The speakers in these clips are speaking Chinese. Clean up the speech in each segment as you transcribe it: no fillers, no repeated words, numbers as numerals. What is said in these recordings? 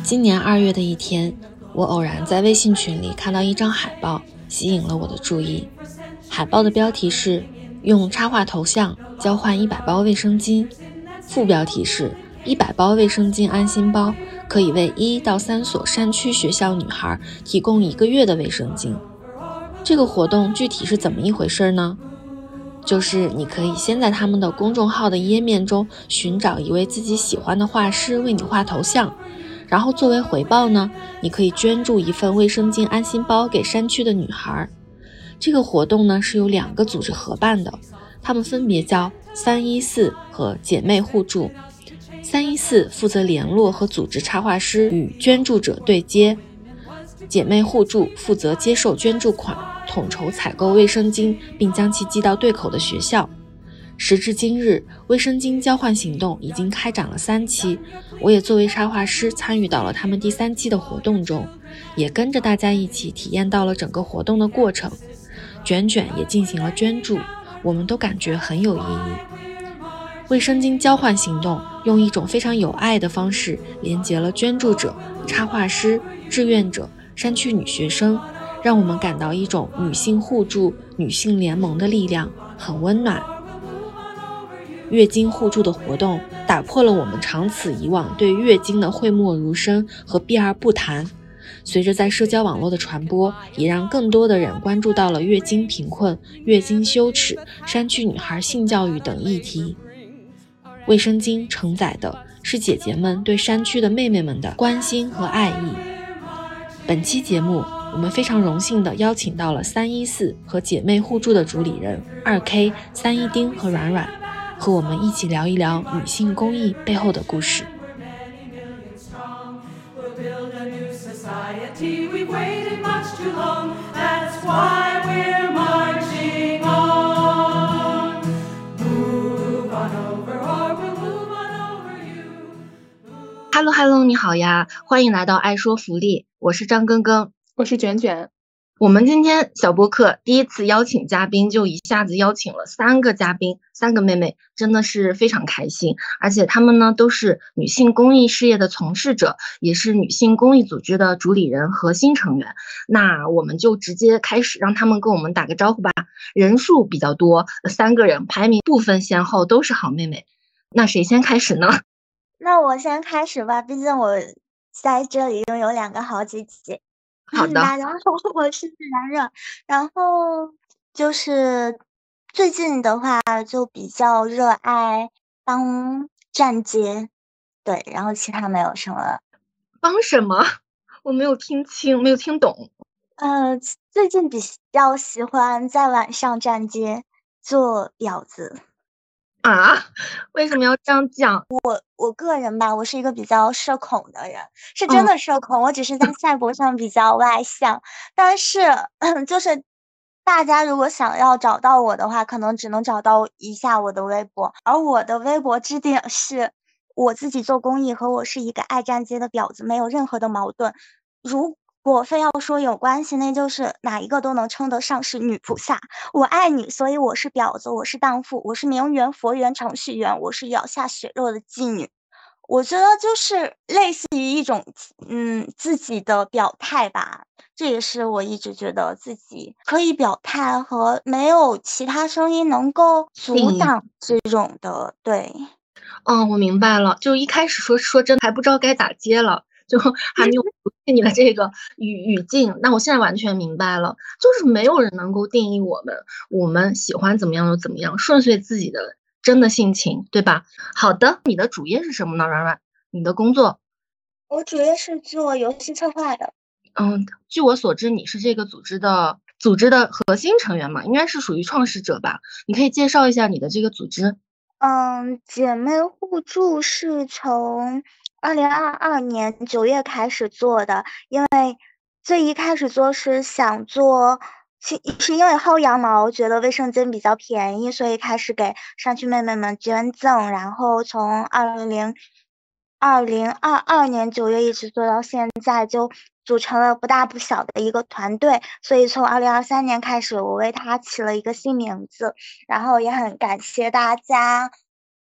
今年2月的一天，我偶然在微信群里看到一张海报，吸引了我的注意。海报的标题是用插画头像交换100包卫生巾，副标题是100包卫生巾安心包可以为1到3所山区学校女孩提供1个月的卫生巾。这个活动具体是怎么一回事呢？就是你可以先在他们的公众号的页面中寻找一位自己喜欢的画师为你画头像，然后作为回报呢，你可以捐助1份卫生巾安心包给山区的女孩。这个活动呢是由2个组织合办的，他们分别叫314和姐妹互助。314负责联络和组织插画师与捐助者对接，姐妹互助负责接受捐助款，统筹采购卫生巾，并将其寄到对口的学校。时至今日，卫生巾交换行动已经开展了3期，我也作为插画师参与到了他们第3期的活动中，也跟着大家一起体验到了整个活动的过程。卷卷也进行了捐助，我们都感觉很有意义。卫生巾交换行动用一种非常有爱的方式连结了捐助者、插画师、志愿者、山区女学生，让我们感到一种女性互助、女性联盟的力量，很温暖。月经互助的活动打破了我们长此以往对月经的讳莫如深和避而不谈，随着在社交网络的传播，也让更多的人关注到了月经贫困、月经羞耻、山区女孩性教育等议题。卫生巾承载的是姐姐们对山区的妹妹们的关心和爱意。本期节目，我们非常荣幸地邀请到了314和姐妹互助的主理人2K、3丁和软软，和我们一起聊一聊女性公益背后的故事。Hello， 你好呀，欢迎来到爱说福利，我是张根根， 我是卷卷。 我们今天小播客第一次邀请嘉宾，就一下子邀请了3个嘉宾，3个妹妹，真的是非常开心。而且她们呢都是女性公益事业的从事者，也是女性公益组织的主理人、核心成员。那我们就直接开始，让她们跟我们打个招呼吧。人数比较多，3个人，排名不分先后，都是好妹妹。那谁先开始呢？ 那我先开始吧，毕竟我在这里拥有2个好姐姐。 好的， 大家好，我是然然。然后就是最近的话，就比较热爱帮站街，对，然后其他没有什么。 帮什么？我没有听清，没有听懂。 最近比较喜欢在晚上站街做婊子。 啊？为什么要这样讲？ 我个人吧，我是一个比较社恐的人，是真的社恐，我只是在赛博上比较外向。但是就是大家如果想要找到我的话，可能只能找到一下我的微博，而我的微博支点是我自己做公益和我是一个爱站街的婊子没有任何的矛盾。如果非要说有关系，那就是哪一个都能称得上是女菩萨。我爱你，所以我是婊子，我是荡妇，我是名媛、佛缘、程序员，我是咬下血肉的妓女。我觉得就是类似于一种自己的表态吧，这也是我一直觉得自己可以表态和没有其他声音能够阻挡这种的。对， 我明白了，就一开始说真的还不知道该咋接了，就还没有熟悉你的这个语境。那我现在完全明白了，就是没有人能够定义我们喜欢怎么样就怎么样，顺遂自己的真的性情，对吧？好的，你的主业是什么呢，软软？你的工作？ 我主业是做游戏策划的。 据我所知，你是这个组织的核心成员嘛，应该是属于创始者吧？你可以介绍一下你的这个组织。 姐妹互助是从2022年9月开始做的，因为最一开始做是想做，是因为薅羊毛，觉得卫生巾比较便宜，所以开始给山区妹妹们捐赠，然后从2022年9月一直做到现在，就组成了不大不小的一个团队，所以从2023年开始，我为它起了一个新名字，然后也很感谢大家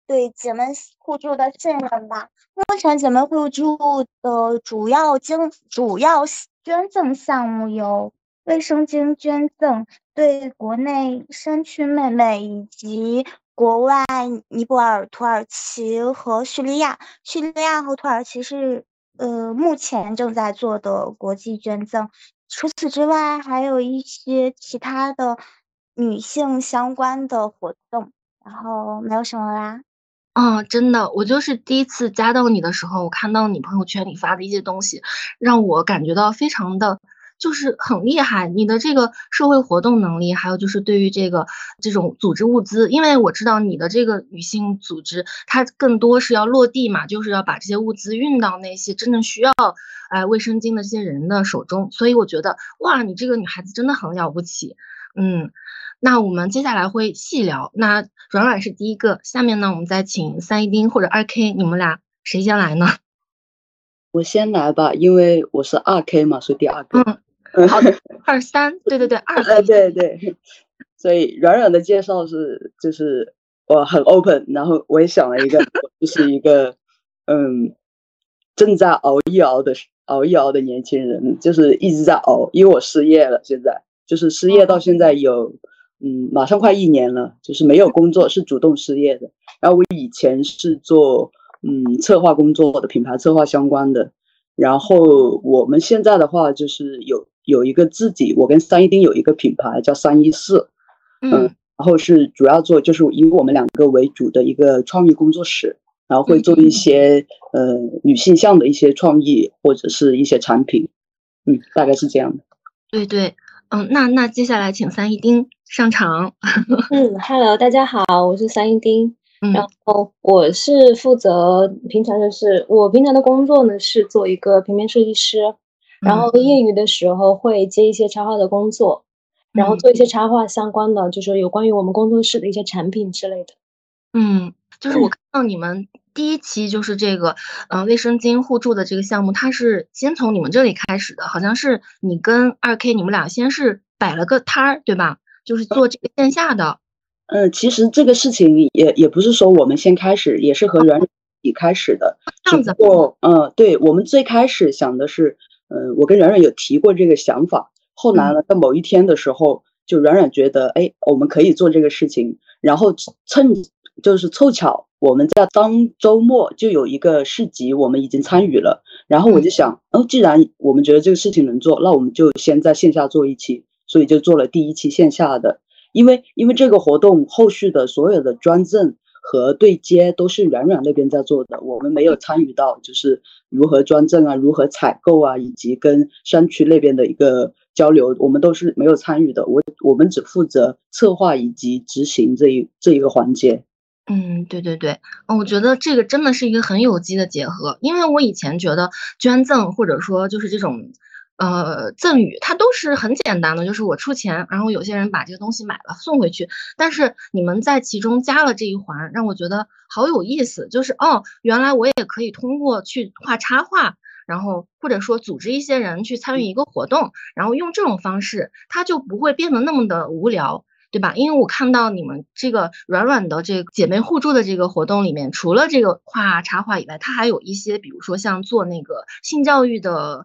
对姐妹互助的信任吧。目前姐妹互助的主要捐赠项目有卫生巾捐赠，对国内山区妹妹以及国外尼泊尔、土耳其和叙利亚。叙利亚和土耳其是目前正在做的国际捐赠。除此之外，还有一些其他的女性相关的活动，然后没有什么啦。 真的，我就是第一次加到你的时候，我看到你朋友圈里发的一些东西，让我感觉到非常的就是很厉害，你的这个社会活动能力，还有就是对于这种组织物资，因为我知道你的这个女性组织，它更多是要落地嘛，就是要把这些物资运到那些真正需要卫生巾的这些人的手中，所以我觉得哇，你这个女孩子真的很了不起，嗯。那我们接下来会细聊。那软软是第一个，下面呢，我们再请三一丁或者2K，你们俩谁先来呢？ 我先来吧，因为我是2K 嘛，所以第二个。 好的，2、3，对对对，2K。 对对，所以软软的介绍就是我很 open，然后我也想了一个，就是一个正在熬一熬的年轻人，就是一直在熬，因为我失业了，现在就是失业到现在有马上快1年了，就是没有工作，是主动失业的。然后我以前是做策划工作的，品牌策划相关的。然后我们现在的话就是有一个我跟三一丁有一个品牌叫314，然后是主要做就是以我们2个为主的一个创意工作室，然后会做一些女性向的一些创意或者是一些产品，大概是这样的。 对对，那接下来请三一丁上场。 Hello， 大家好，我是三一丁。然后我是负责我平常的工作呢是做一个平面设计师，然后业余的时候会接一些插画的工作，然后做一些插画相关的，就是有关于我们工作室的一些产品之类的。 就是我看到你们第一期就是这个卫生巾互助的这个项目，它是先从你们这里开始的，好像是你跟2K 你们俩先是摆了个摊儿，对吧？就是做这个线下的。 其实这个事情也不是说我们先开始，也是和软软一起开始的。只不过对，我们最开始想的是，我跟软软有提过这个想法，后来呢，在某一天的时候，就软软觉得，我们可以做这个事情，然后就是凑巧，我们在当周末就有一个市集，我们已经参与了，然后我就想，既然我们觉得这个事情能做，那我们就先在线下做一期，所以就做了第一期线下的。因为这个活动后续的所有的专赠和对接都是软软那边在做的，我们没有参与到，就是如何专赠啊，如何采购啊，以及跟山区那边的一个交流，我们都是没有参与的。我们只负责策划以及执行这一个环节。 对对对，我觉得这个真的是一个很有机的结合，因为我以前觉得捐赠或者说就是这种赠与，它都是很简单的，就是我出钱，然后有些人把这个东西买了送回去。但是你们在其中加了这一环，让我觉得好有意思，就是原来我也可以通过去画插画，然后或者说组织一些人去参与一个活动，然后用这种方式，它就不会变得那么的无聊。对吧？因为我看到你们这个软软的这个姐妹互助的这个活动里面，除了这个画插画以外，它还有一些，比如说像做那个性教育的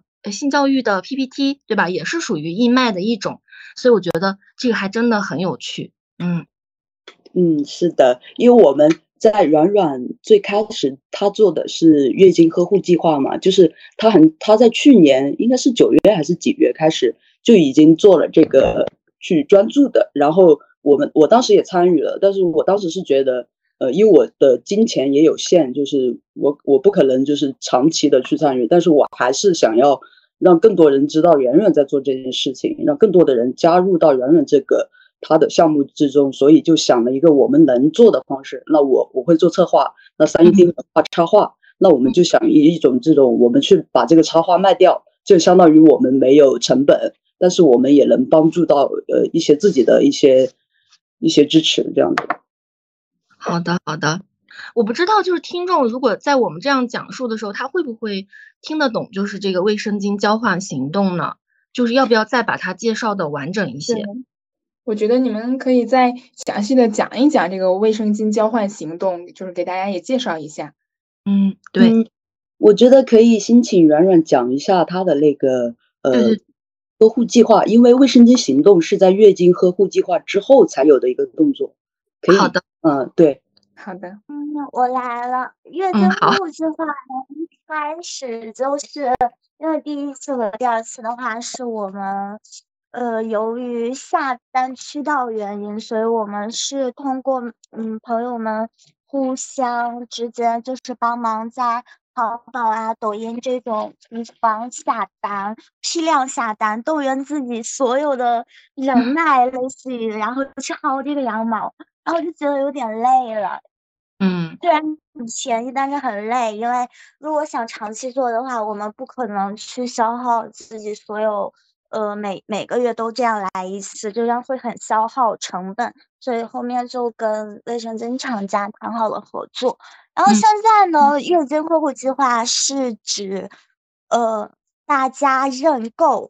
PPT， 对吧？也是属于义卖的一种，所以我觉得这个还真的很有趣。 是的，因为我们在软软最开始他做的是月经呵护计划嘛，就是他在去年应该是9月还是几月开始就已经做了这个去专注的，然后我当时也参与了，但是我当时是觉得因为我的金钱也有限，就是我不可能就是长期的去参与，但是我还是想要让更多人知道软软在做这件事情，让更多的人加入到软软这个他的项目之中，所以就想了一个我们能做的方式。那我会做策划，那三一丁画插画，那我们就想一种这种，我们去把这个插画卖掉，就相当于我们没有成本，但是我们也能帮助到一些自己的一些支持，这样子。 好的好的，我不知道就是听众如果在我们这样讲述的时候，他会不会听得懂就是这个卫生巾交换行动呢？就是要不要再把它介绍的完整一些？ 我觉得你们可以再详细的讲一讲这个卫生巾交换行动，就是给大家也介绍一下。 对， 我觉得可以先请软软讲一下她的那个对呵护计划，因为卫生巾行动是在月经呵护计划之后才有的一个动作。可以， 好的， 对， 好的， 我来了。月经呵护计划一开始就是因为第一次和第二次的话是我们由于下单渠道原因，所以我们是通过朋友们互相之间就是帮忙在淘宝啊、抖音这种地方下单，批量下单，动员自己所有的人脉，类似于然后去薅这个羊毛，然后就觉得有点累了。虽然很便宜，但是很累，因为如果想长期做的话，我们不可能去消耗自己所有，每个月都这样来一次，这样会很消耗成本，所以后面就跟卫生巾厂家谈好了合作。然后现在呢，月经呵护计划是指，大家认购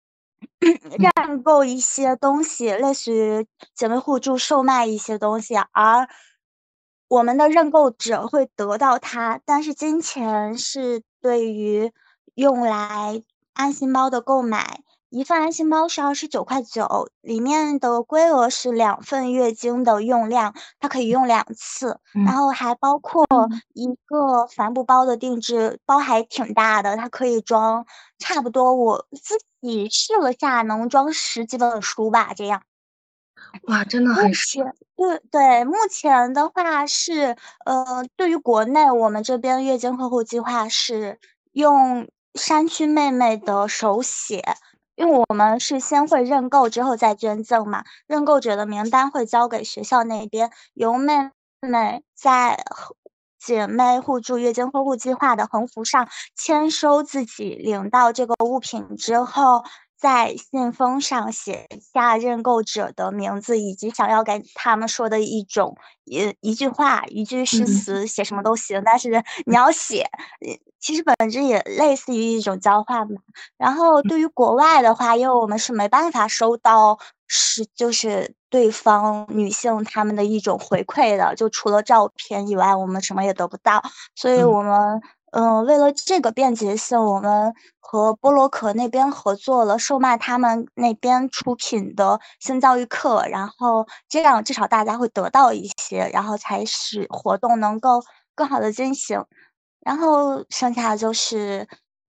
一些东西，类似于姐妹互助售卖一些东西，而我们的认购者会得到它，但是金钱是对于用来安心包的购买，一份安心包是29.9块，里面的规额是2份月经的用量，它可以用2次，然后还包括一个帆布包的定制，包还挺大的，它可以装差不多我自己试了下，能装10几本书吧，这样。 哇，真的目很前对，目前的话是对于国内我们这边月经呵护计划是用山区妹妹的手写，因为我们是先会认购之后再捐赠嘛，认购者的名单会交给学校那边，由妹妹在姐妹互助月经呵护计划的横幅上签收自己领到这个物品之后，在信封上写下认购者的名字以及想要给他们说的一句话、一句诗词，写什么都行，但是你要写，其实本质也类似于一种交换吧。然后对于国外的话，因为我们是没办法收到就是对方女性她们的一种回馈的，就除了照片以外，我们什么也得不到，所以我们为了这个便捷性，我们和波罗可那边合作了，售卖他们那边出品的性教育课，然后这样至少大家会得到一些，然后才使活动能够更好的进行。然后剩下的就是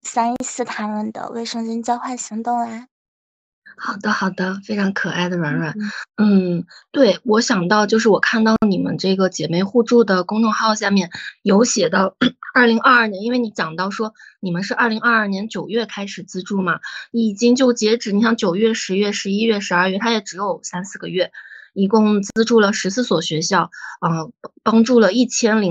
314他们的卫生巾交换行动啦。 好的，非常可爱的软软。对，我想到就是我看到你们这个姐妹互助的公众号下面有写到2022年，因为你讲到说你们是2022年9月开始资助嘛，已经就截止，你想9月、10月、11月、12月，它也只有3、4个月。一共资助了14所学校，帮助了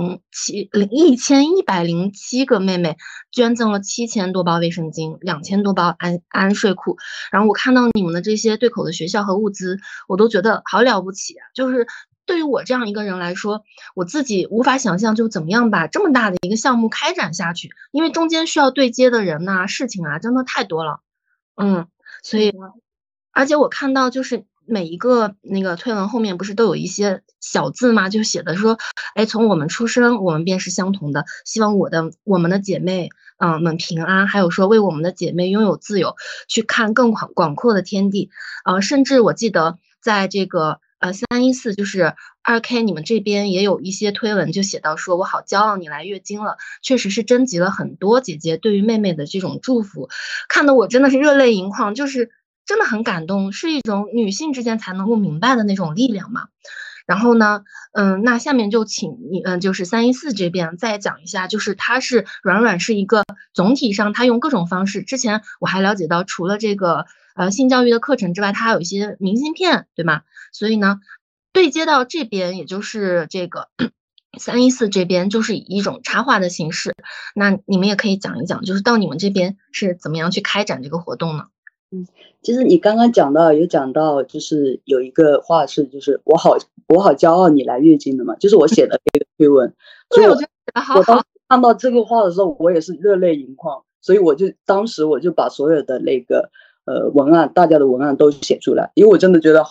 1107个妹妹，捐赠了7000多包卫生巾，2000多包安睡裤。然后我看到你们的这些对口的学校和物资，我都觉得好了不起啊！就是对于我这样一个人来说，我自己无法想象就怎么样把这么大的一个项目开展下去，因为中间需要对接的人呐、事情啊，真的太多了。所以，而且我看到就是每一个那个推文后面不是都有一些小字吗？就写的说，从我们出生，我们便是相同的，希望我们的姐妹们平安，还有说为我们的姐妹拥有自由，去看更广阔的天地。甚至我记得在这个314就是2K 你们这边也有一些推文就写到说，我好骄傲你来月经了，确实是征集了很多姐姐对于妹妹的这种祝福，看得我真的是热泪盈眶，就是真的很感动，是一种女性之间才能够明白的那种力量嘛。然后呢，那下面就请你，就是314这边再讲一下，就是它是软软是一个总体上它用各种方式，之前我还了解到，除了这个性教育的课程之外，它还有一些明信片，对吗？所以呢，对接到这边，也就是这个314这边，就是以一种插画的形式。那你们也可以讲一讲，就是到你们这边是怎么样去开展这个活动呢？ 其实你刚刚有讲到，就是有一个话是，就是我好骄傲你来月经的嘛，就是我写的那个推文。 对，我觉得写的好好。 我当时看到这个话的时候，我也是热泪盈眶，所以当时我就把所有的那个文案，大家的文案都写出来，因为我真的觉得好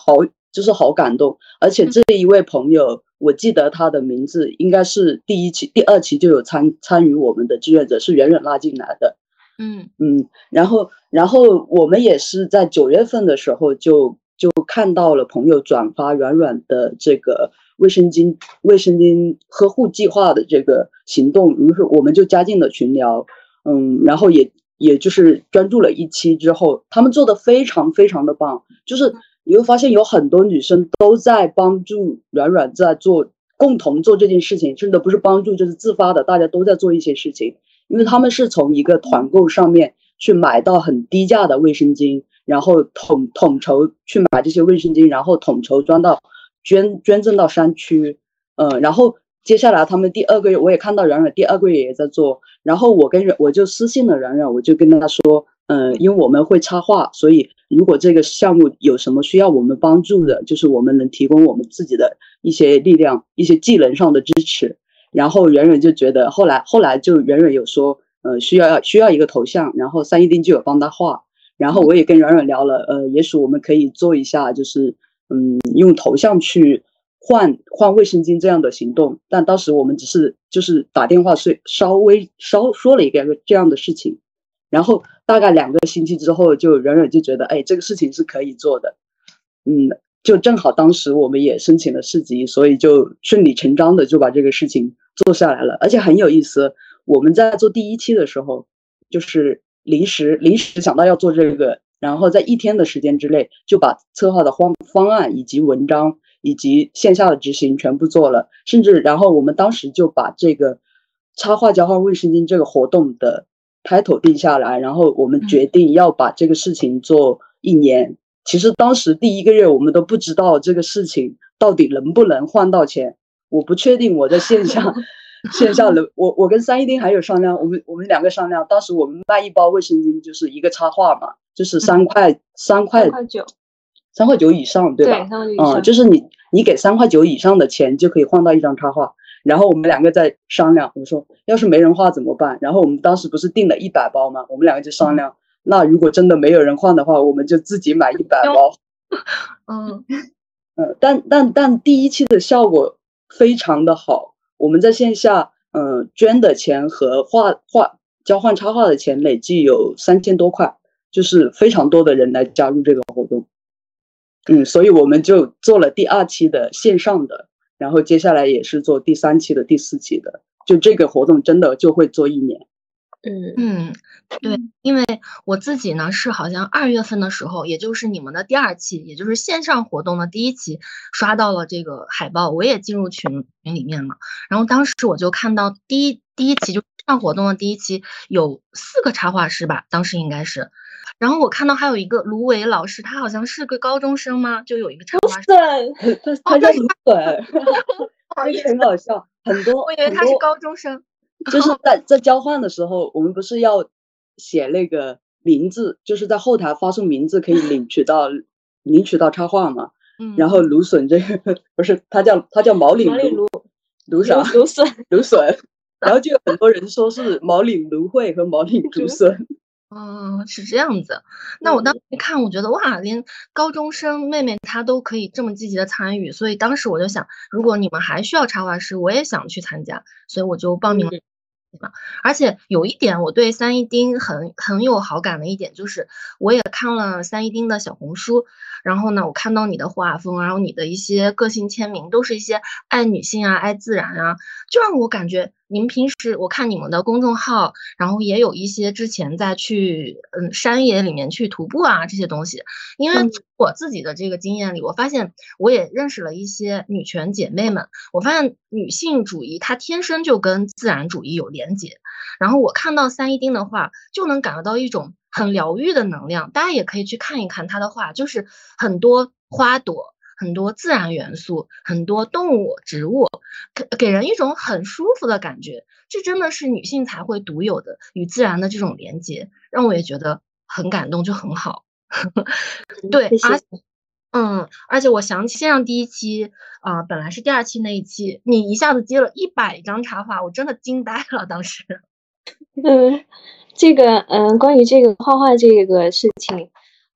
就是好感动。而且这一位朋友，我记得他的名字应该是第一期、第二期就有参与我们的志愿者，是远远拉进来的。然后我们也是在9月份的时候就看到了朋友转发软软的这个卫生巾呵护计划的这个行动，于是我们就加进了群聊，然后也就是专注了1期之后，他们做的非常非常的棒，就是你会发现有很多女生都在帮助软软在共同做这件事情，甚至不是帮助就是自发的，大家都在做一些事情，因为他们是从一个团购上面去买到很低价的卫生巾，然后统筹去买这些卫生巾，然后统筹捐赠到山区，然后接下来他们第2个月，我也看到软软第2个月也在做，然后我就私信了软软，我就跟他说，因为我们会插画，所以如果这个项目有什么需要我们帮助的，就是我们能提供我们自己的一些力量、一些技能上的支持。然后软软就觉得，后来就软软有说，需要一个头像，然后3一丁就有帮他画，然后我也跟软软聊了，也许我们可以做一下，就是用头像去换卫生巾这样的行动，但当时我们只是就是打电话稍微说了一个这样的事情，然后大概2个星期之后，就软软就觉得，哎，这个事情是可以做的，就正好当时我们也申请了市级，所以就顺理成章的就把这个事情做下来了。而且很有意思，我们在做第1期的时候，就是临时想到要做这个，然后在1天的时间之内就把策划的方案以及文章以及线下的执行全部做了，甚至然后我们当时就把这个插画交换卫生巾这个活动的 title 定下来，然后我们决定要把这个事情做1年。其实当时第1个月我们都不知道这个事情到底能不能换到钱，我不确定我在线下能，我跟3一丁还有商量，我们2个商量，当时我们卖1包卫生巾就是一个插画嘛，就是3块9以上，对吧？ 对，3块9以上， 就是你给3块9以上的钱就可以换到1张插画。然后我们2个在商量，我说要是没人画怎么办？然后我们当时不是订了100包吗？我们2个就商量。那如果真的没有人换的话，我们就自己买100包。但第1期的效果非常的好，我们在线下捐的钱和交换插画的钱累计有3000多块，就是非常多的人来加入这个活动。所以我们就做了第2期的线上的，然后接下来也是做第3期的、第4期的，就这个活动真的就会做1年。 对，因为我自己呢是好像2月份的时候，也就是你们的第2期，也就是线上活动的第1期，刷到了这个海报，我也进入群里面嘛。然后当时我就看到第一期就线上活动的第1期有4个插画师吧，当时应该是。然后我看到还有一个芦苇老师，他好像是个高中生吗？就有一个插画师， 他叫芦苇，很搞笑，很多。 我以为他是高中生。 就是在交换的时候，我们不是要写那个名字，就是在后台发送名字可以领取到插画嘛。然后芦笋这个不是他叫毛领芦啥？芦笋。然后就有很多人说是毛领芦荟和毛领芦笋。 是这样子。那我当时一看，我觉得哇，连高中生妹妹她都可以这么积极的参与，所以当时我就想，如果你们还需要插画师，我也想去参加，所以我就报名了。而且有一点我对3一丁很有好感的一点，就是我也看了3一丁的小红书，然后呢我看到你的画风，然后你的一些个性签名都是一些爱女性啊、爱自然啊，就让我感觉你们平时我看你们的公众号，然后也有一些之前在去山野里面去徒步啊这些东西。因为我自己的这个经验里，我发现我也认识了一些女权姐妹们，我发现女性主义它天生就跟自然主义有连结，然后我看到3一丁的话就能感觉到一种很疗愈的能量。大家也可以去看一看他的画，就是很多花朵，很多自然元素，很多动物植物，给人一种很舒服的感觉。这真的是女性才会独有的与自然的这种连接，让我也觉得很感动，就很好。对，而且我想起线上第1期本来是第2期那一期，你一下子接了100张插画，我真的惊呆了当时。 关于这个画画这个事情，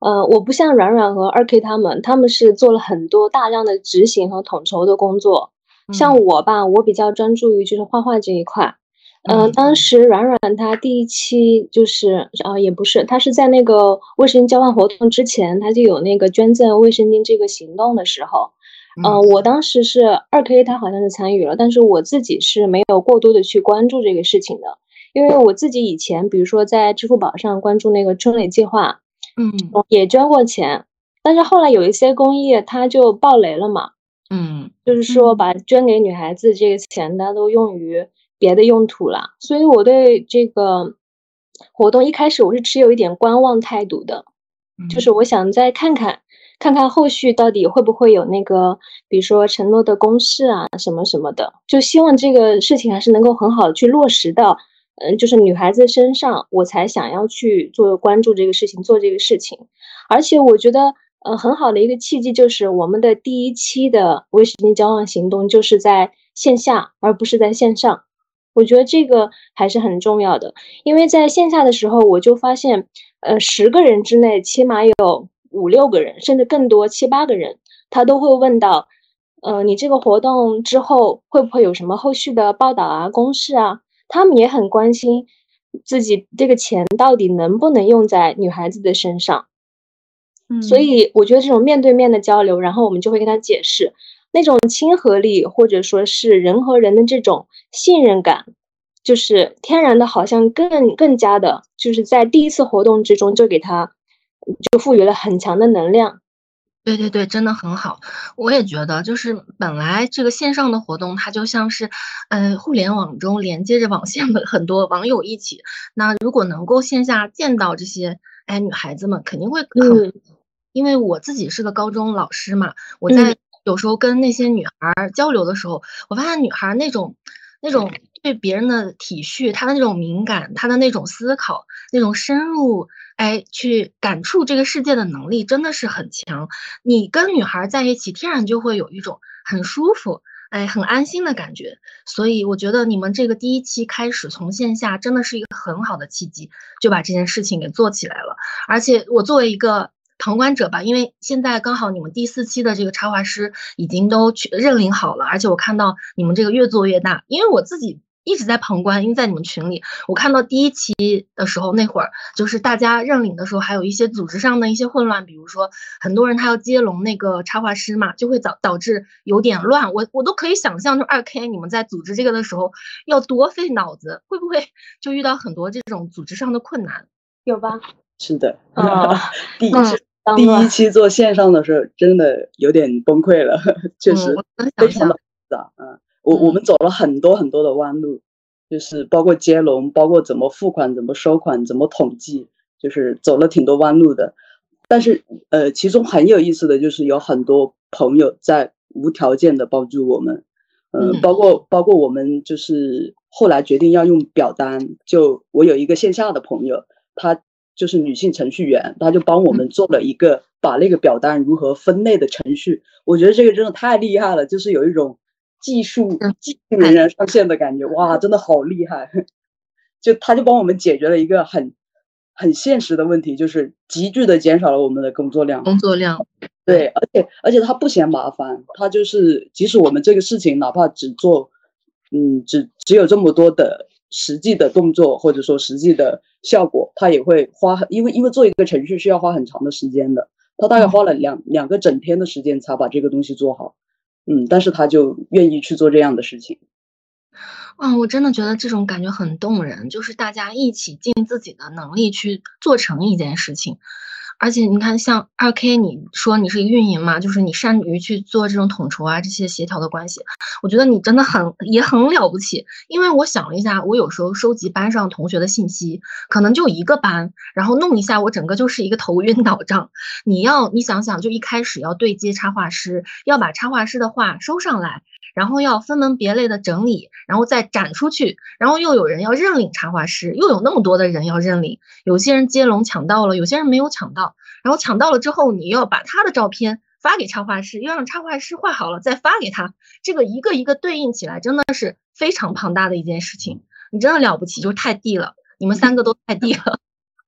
我不像软软和2K 他们是做了很多大量的执行和统筹的工作。像我吧，我比较专注于就是画画这一块。当时软软他第一期就是也不是，他是在那个卫生巾交换活动之前，他就有那个捐赠卫生巾这个行动的时候，我当时是2K 他好像是参与了，但是我自己是没有过多的去关注这个事情的，因为我自己以前比如说在支付宝上关注那个春蕾计划，也捐过钱，但是后来有一些公益它就爆雷了嘛，就是说把捐给女孩子这个钱它都用于别的用途了，所以我对这个活动一开始我是持有一点观望态度的，就是我想再看看后续到底会不会有那个比如说承诺的公示啊什么什么的，就希望这个事情还是能够很好的去落实到就是女孩子身上，我才想要去关注这个事情，做这个事情。而且我觉得很好的一个契机就是我们的第一期的卫生巾交换行动就是在线下而不是在线上，我觉得这个还是很重要的。因为在线下的时候我就发现10个人之内起码有5-6个人甚至更多7-8个人他都会问到你这个活动之后会不会有什么后续的报道啊公示啊，他们也很关心自己这个钱到底能不能用在女孩子的身上。所以我觉得这种面对面的交流，然后我们就会跟他解释那种亲和力或者说是人和人的这种信任感，就是天然的好像更加的就是在第一次活动之中就给他就赋予了很强的能量。 对对对，真的很好。我也觉得就是本来这个线上的活动它就像是互联网中连接着网线的很多网友一起，那如果能够线下见到这些女孩子们肯定会很因为我自己是个高中老师嘛，我在有时候跟那些女孩交流的时候，我发现女孩那种对别人的体恤，她的那种敏感，她的那种思考，那种深入去感触这个世界的能力真的是很强。你跟女孩在一起天然就会有一种很舒服很安心的感觉，所以我觉得你们这个第一期开始从线下真的是一个很好的契机，就把这件事情给做起来了。而且我作为一个旁观者吧，因为现在刚好你们第4期的这个插画师已经都认领好了，而且我看到你们这个越做越大，因为我自己一直在旁观，因为在你们群里我看到第1期的时候，那会儿就是大家认领的时候还有一些组织上的一些混乱，比如说很多人他要接龙那个插画师嘛，就会导致有点乱，我都可以想象就2K 你们在组织这个的时候要多费脑子，会不会就遇到很多这种组织上的困难？ 有吧？ 是的第一期做线上的时候真的有点崩溃了，确实非常的复杂。我们走了很多很多的弯路，就是包括接龙，包括怎么付款，怎么收款，怎么统计，就是走了挺多弯路的。但是其中很有意思的就是有很多朋友在无条件的帮助我们，包括我们就是后来决定要用表单，就我有一个线下的朋友，他就是女性程序员，他就帮我们做了一个把那个表单如何分类的程序。我觉得这个真的太厉害了，就是有一种技术人员上线的感觉，哇，真的好厉害！他就帮我们解决了一个很现实的问题，就是急剧的减少了我们的工作量。对，而且他不嫌麻烦，他就是即使我们这个事情哪怕只做只有这么多的实际的动作或者说实际的效果，他也会因为做一个程序需要花很长的时间的，他大概花了两个整天的时间才把这个东西做好，但是他就愿意去做这样的事情。 我真的觉得这种感觉很动人，就是大家一起尽自己的能力去做成一件事情。而且你看像2K 你说你是运营嘛，就是你善于去做这种统筹啊，这些协调的关系，我觉得你真的也很了不起。因为我想了一下，我有时候收集班上同学的信息，可能就一个班，然后弄一下我整个就是一个头晕脑胀。你想想，就一开始要对接插画师，要把插画师的画收上来，然后要分门别类的整理，然后再展出去，然后又有人要认领插画师，又有那么多的人要认领，有些人接龙抢到了，有些人没有抢到，然后抢到了之后，你要把他的照片发给插画师，又让插画师画好了再发给他，这个一个一个对应起来，真的是非常庞大的一件事情。你真的了不起，就是太地了，你们3个都太地了。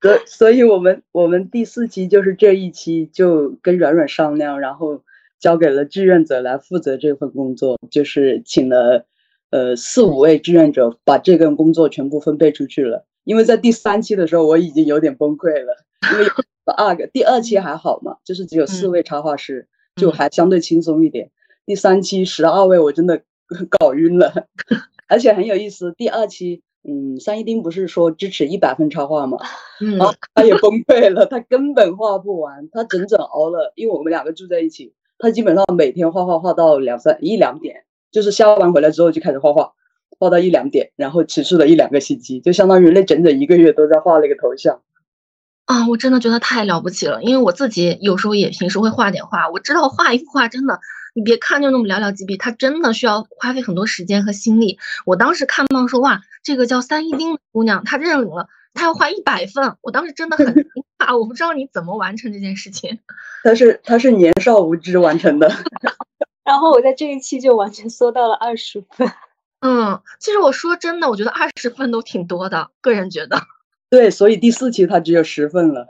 所以我们第4期就是这一期就跟软软商量，然后交给了志愿者来负责这份工作，就是请了4-5位志愿者把这个工作全部分配出去了。因为在第3期的时候我已经有点崩溃了，因为有2个，第2期还好嘛，就是只有4位插画师，就还相对轻松一点。第3期12位我真的搞晕了，而且很有意思。第2期，三一丁不是说支持100份插画吗？然后他也崩溃了，他根本画不完，他整整熬了，因为我们2个住在一起，他基本上每天画到1-2点，就是下班回来之后就开始画到1-2点，然后持续了1-2个星期，就相当于那整整1个月都在画那个头像。 啊，我真的觉得太了不起了，因为我自己有时候也平时会画点画，我知道画一幅画真的，你别看就那么寥寥几笔，它真的需要花费很多时间和心力。我当时看到说哇，这个叫三一丁的姑娘，她认领了，她要画100份，我当时真的很惊讶，我不知道你怎么完成这件事情。 她是年少无知完成的。 然后我在这一期就完全缩到了20份。 其实我说真的，我觉得20份都挺多的，个人觉得。 对，所以第4期它只有10份了。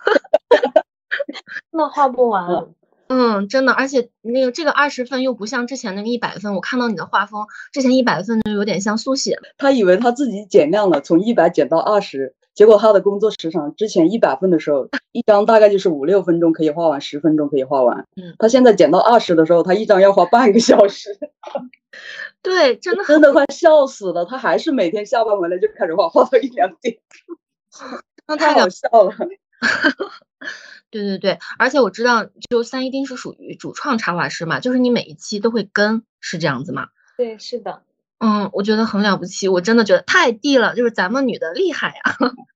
那画不完。 真的，而且这个20份又不像之前那个100份，我看到你的画风，之前100份就有点像速写。 他以为他自己减量了，从100减到20，结果他的工作时长之前100份的时候，一张大概就是5-6分钟可以画完，10分钟可以画完。他现在减到20的时候，他一张要花半个小时。 对，真的快笑死了。他还是每天下班回来就开始画到1-2点。太好笑了。 对，而且我知道，就三一丁是属于主创插画师嘛，就是你每一期都会跟，是这样子吗？ 对，是的。 我觉得很了不起，我真的觉得太地了，就是咱们女的厉害啊。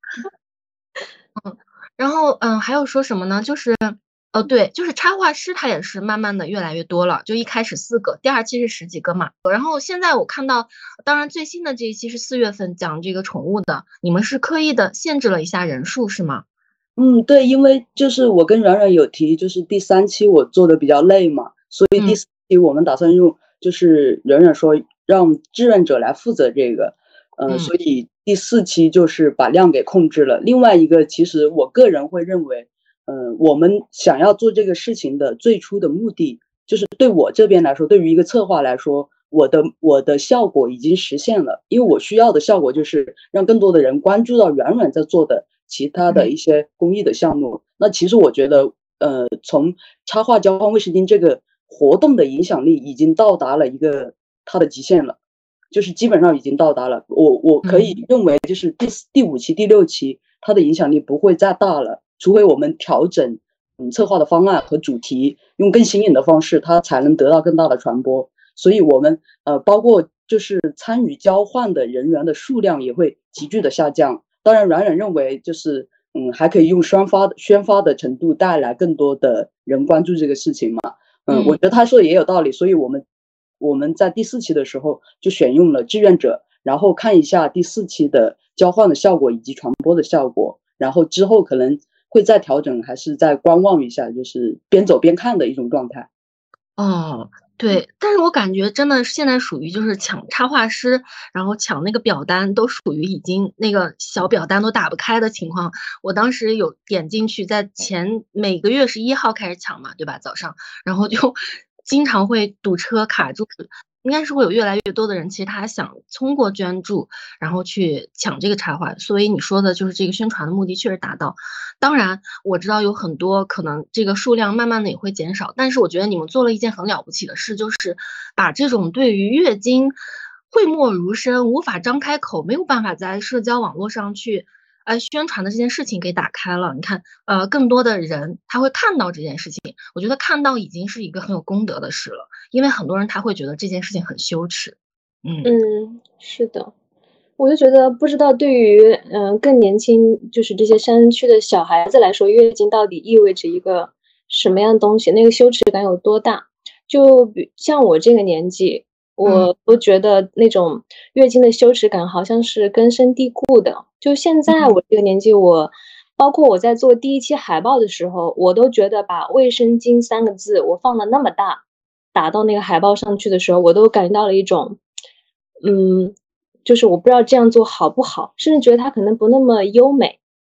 然后还有说什么呢？就是对，就是插画师他也是慢慢的越来越多了，就一开始4个，第2期是10几个嘛。然后现在我看到，当然最新的这一期是4月份讲这个宠物的，你们是刻意的限制了一下人数是吗？ 对，因为就是我跟软软有提，就是第3期我做的比较累嘛，所以第4期我们打算用，就是软软说让志愿者来负责这个，所以第4期就是把量给控制了。另外一个，其实我个人会认为，我们想要做这个事情的最初的目的，就是对我这边来说，对于一个策划来说，我的效果已经实现了，因为我需要的效果就是让更多的人关注到软软在做的其他的一些公益的项目。那其实我觉得，从插画交换卫生巾这个活动的影响力已经到达了一个它的极限了，就是基本上已经到达了。我可以认为，就是第5期、第6期，它的影响力不会再大了，除非我们调整策划的方案和主题，用更新颖的方式，它才能得到更大的传播。所以我们包括就是参与交换的人员的数量也会急剧的下降。当然软软认为就是还可以用宣发的程度带来更多的人关注这个事情嘛。我觉得他说的也有道理，所以我们在第4期的时候就选用了志愿者，然后看一下第4期的交换的效果以及传播的效果，然后之后可能会再调整，还是再观望一下，就是边走边看的一种状态。 对，但是我感觉真的现在属于就是抢插画师，然后抢那个表单，都属于已经那个小表单都打不开的情况。我当时有点进去，在每个月是1号开始抢嘛，对吧？早上，然后就经常会堵车卡住。应该是会有越来越多的人，其实他想通过捐助，然后去抢这个插画，所以你说的就是这个宣传的目的确实达到。当然，我知道有很多可能这个数量慢慢的也会减少，但是我觉得你们做了一件很了不起的事，就是把这种对于月经讳莫如深、无法张开口、没有办法在社交网络上去宣传的这件事情给打开了。你看，更多的人他会看到这件事情，我觉得看到已经是一个很有功德的事了，因为很多人他会觉得这件事情很羞耻。 是的，我就觉得不知道对于更年轻，就是这些山区的小孩子来说，月经到底意味着一个什么样东西，那个羞耻感有多大？就像我这个年纪，我都觉得那种月经的羞耻感好像是根深蒂固的。就现在我这个年纪，包括我在做第1期海报的时候，我都觉得把卫生巾3个字我放了那么大，打到那个海报上去的时候，我都感觉到了一种就是我不知道这样做好不好，甚至觉得它可能不那么优美。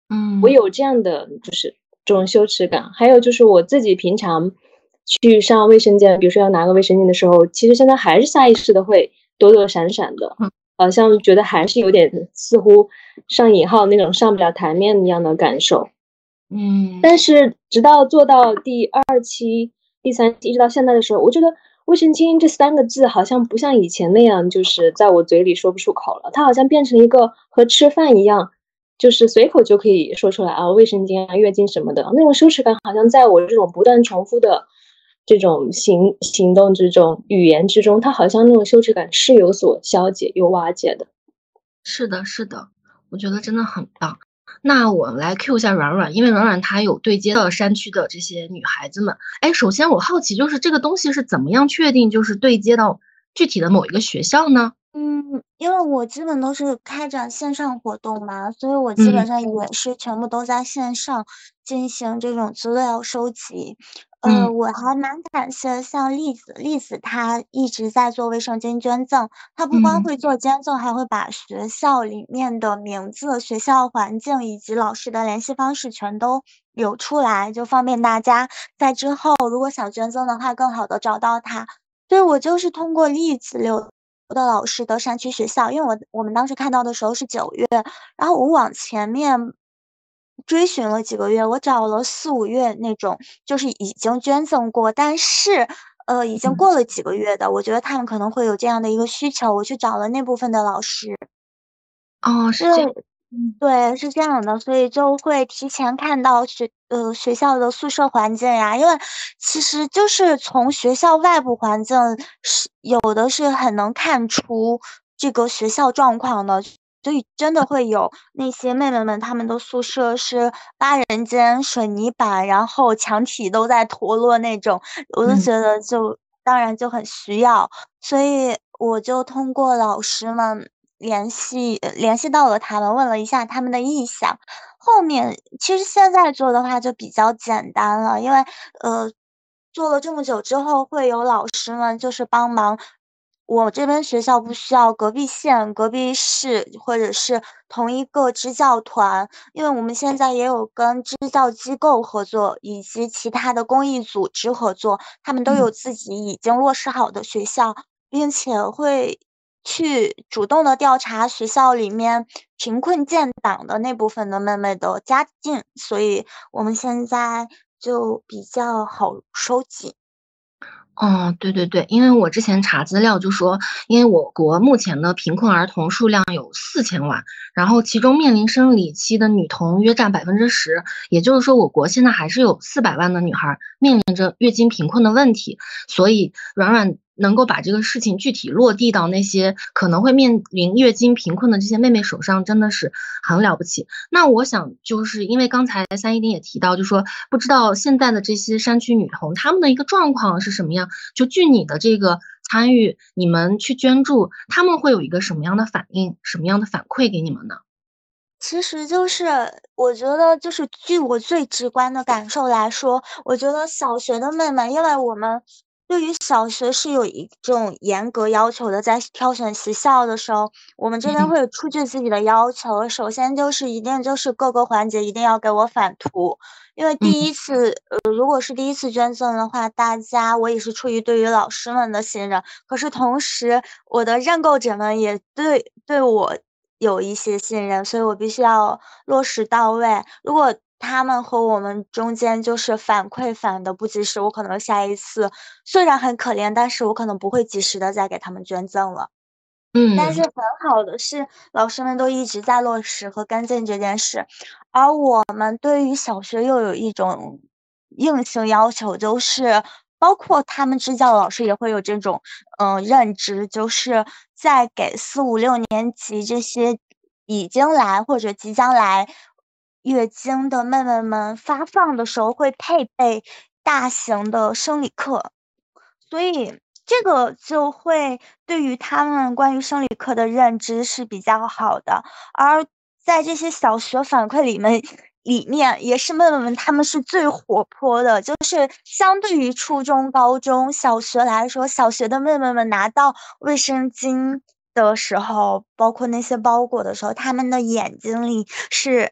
我有这样的就是这种羞耻感。还有就是我自己平常去上卫生间，比如说要拿个卫生巾的时候，其实现在还是下意识的会躲躲闪闪的，好像觉得还是有点似乎上引号那种上不了台面一样的感受。但是直到做到第2期、第3期，一直到现在的时候，我觉得卫生巾这3个字好像不像以前那样，就是在我嘴里说不出口了。它好像变成一个和吃饭一样，就是随口就可以说出来啊，卫生巾啊、月经什么的。那种羞耻感好像在我这种不断重复的这种行动之中、语言之中，它好像那种羞耻感是有所消解、有瓦解的。 是的，是的，我觉得真的很棒。那我来 Q 一下软软，因为软软她有对接到山区的这些女孩子们。哎，首先我好奇，就是这个东西是怎么样确定就是对接到具体的某一个学校呢？ 因为我基本都是开展线上活动嘛，所以我基本上也是全部都在线上进行这种资料收集。我还蛮感谢像栗子她一直在做卫生巾捐赠，她不光会做捐赠，还会把学校里面的名字、学校环境以及老师的联系方式全都留出来，就方便大家在之后如果想捐赠的话，更好的找到她。所以我就是通过栗子留的老师的山区学校，因为我们当时看到的时候是9月，然后我往前面追寻了几个月，我找了4、5月那种就是已经捐赠过，但是已经过了几个月的，我觉得他们可能会有这样的一个需求，我去找了那部分的老师。 哦，是这样。 对，是这样的，所以就会提前看到学校的宿舍环境呀，因为其实就是从学校外部环境有的是很能看出这个学校状况的，所以真的会有那些妹妹们，她们的宿舍是8人间水泥板，然后墙体都在脱落那种，我就觉得当然就很需要，所以我就通过老师们联系到了他们，问了一下他们的意向。后面其实现在做的话就比较简单了，因为做了这么久之后，会有老师们就是帮忙。我这边学校不需要隔壁县、隔壁市或者是同一个支教团，因为我们现在也有跟支教机构合作，以及其他的公益组织合作，他们都有自己已经落实好的学校，并且会去主动的调查学校里面贫困建档的那部分的妹妹的家境，所以我们现在就比较好收集。 哦，对对对，因为我之前查资料就说，因为我国目前的贫困儿童数量有4000万，然后其中面临生理期的女童约占10%，也就是说，我国现在还是有400万的女孩面临着月经贫困的问题，所以软软能够把这个事情具体落地到那些可能会面临月经贫困的这些妹妹手上，真的是很了不起。那我想就是因为刚才311也提到，就说不知道现在的这些山区女童她们的一个状况是什么样，就据你的这个参与，你们去捐助，她们会有一个什么样的反应，什么样的反馈给你们呢？ 其实就是我觉得就是据我最直观的感受来说，我觉得小学的妹妹，因为我们对于小学是有一种严格要求的，在挑选学校的时候，我们这边会出具自己的要求。首先就是一定就是各个环节一定要给我返图，因为如果是第一次捐赠的话，我也是出于对于老师们的信任，可是同时我的认购者们也对我有一些信任，所以我必须要落实到位。如果他们和我们中间就是反馈反的不及时，我可能下一次虽然很可怜，但是我可能不会及时的再给他们捐赠了。但是很好的是，老师们都一直在落实和跟进这件事，而我们对于小学又有一种硬性要求，就是包括他们支教的老师也会有这种认知，就是在给4、5、6年级这些已经来或者即将来月经的妹妹们发放的时候，会配备大型的生理课。所以这个就会对于他们关于生理课的认知是比较好的，而在这些小学反馈里面也是妹妹们她们是最活泼的，就是相对于初中、高中小学来说，小学的妹妹们拿到卫生巾的时候，包括那些包裹的时候，她们的眼睛里是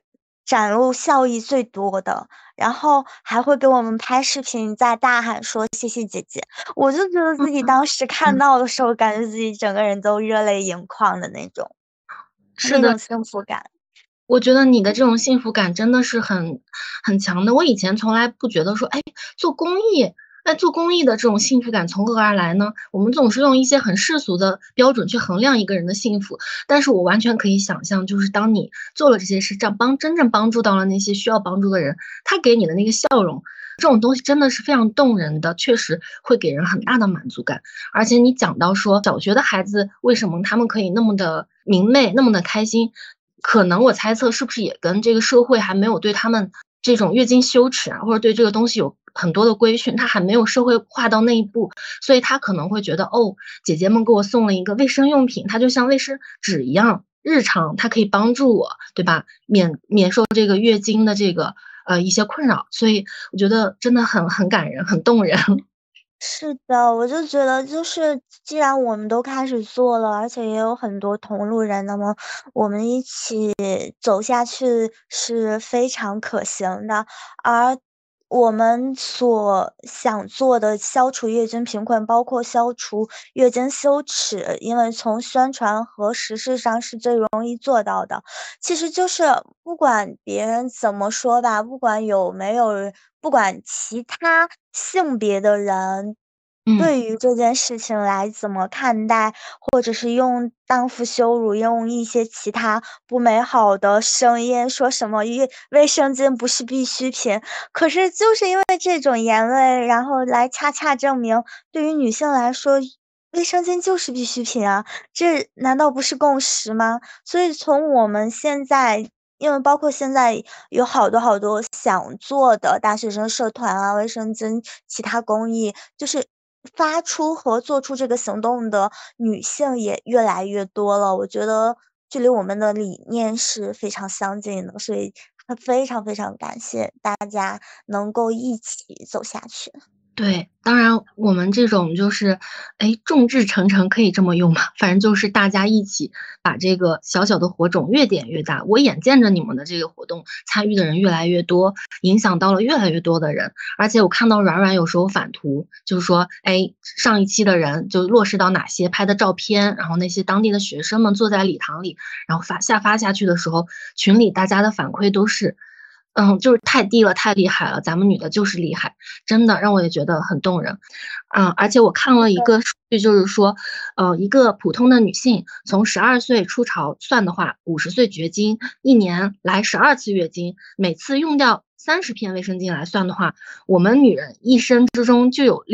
展露效益最多的，然后还会给我们拍视频，在大喊说谢谢姐姐。我就觉得自己当时看到的时候，感觉自己整个人都热泪盈眶的那种， 是的， 那种幸福感。 我觉得你的这种幸福感真的是很强的。我以前从来不觉得说，哎，做公益，做公益的这种幸福感从何而来呢？我们总是用一些很世俗的标准去衡量一个人的幸福，但是我完全可以想象，就是当你做了这些事，这样真正帮助到了那些需要帮助的人，他给你的那个笑容，这种东西真的是非常动人的，确实会给人很大的满足感。而且你讲到说，小学的孩子为什么他们可以那么的明媚，那么的开心？可能我猜测是不是也跟这个社会还没有对他们这种月经羞耻啊，或者对这个东西有很多的规训，他还没有社会化到那一步，所以他可能会觉得，哦，姐姐们给我送了一个卫生用品，它就像卫生纸一样日常，它可以帮助我，对吧？免受这个月经的这个一些困扰，所以我觉得真的很感人，很动人。 是的，我就觉得就是既然我们都开始做了，而且也有很多同路人，那么我们一起走下去是非常可行的。而我们所想做的消除月经贫困，包括消除月经羞耻，因为从宣传和实施上是最容易做到的。其实就是不管别人怎么说吧，不管有没有人，不管其他性别的人对于这件事情来怎么看待，或者是用荡妇羞辱，用一些其他不美好的声音说什么卫生巾不是必需品，可是就是因为这种言论，然后来恰恰证明，对于女性来说，卫生巾就是必需品啊，这难道不是共识吗？所以从我们现在，因为包括现在有好多好多想做的大学生社团啊，卫生巾其他公益，就是发出和做出这个行动的女性也越来越多了。我觉得距离我们的理念是非常相近的，所以非常非常感谢大家能够一起走下去。 对，当然我们这种就是，众志成城可以这么用嘛，反正就是大家一起把这个小小的火种越点越大。我眼见着你们的这个活动参与的人越来越多，影响到了越来越多的人，而且我看到软软有时候返图，就是说，上一期的人就落实到哪些拍的照片，然后那些当地的学生们坐在礼堂里，然后发下去的时候，群里大家的反馈都是。就是太低了，太厉害了，咱们女的就是厉害，真的让我也觉得很动人。而且我看了一个数据，就是说，一个普通的女性从12岁初潮算的话，50岁绝经，一年来12次月经，每次用掉30片卫生巾来算的话，我们女人一生之中就有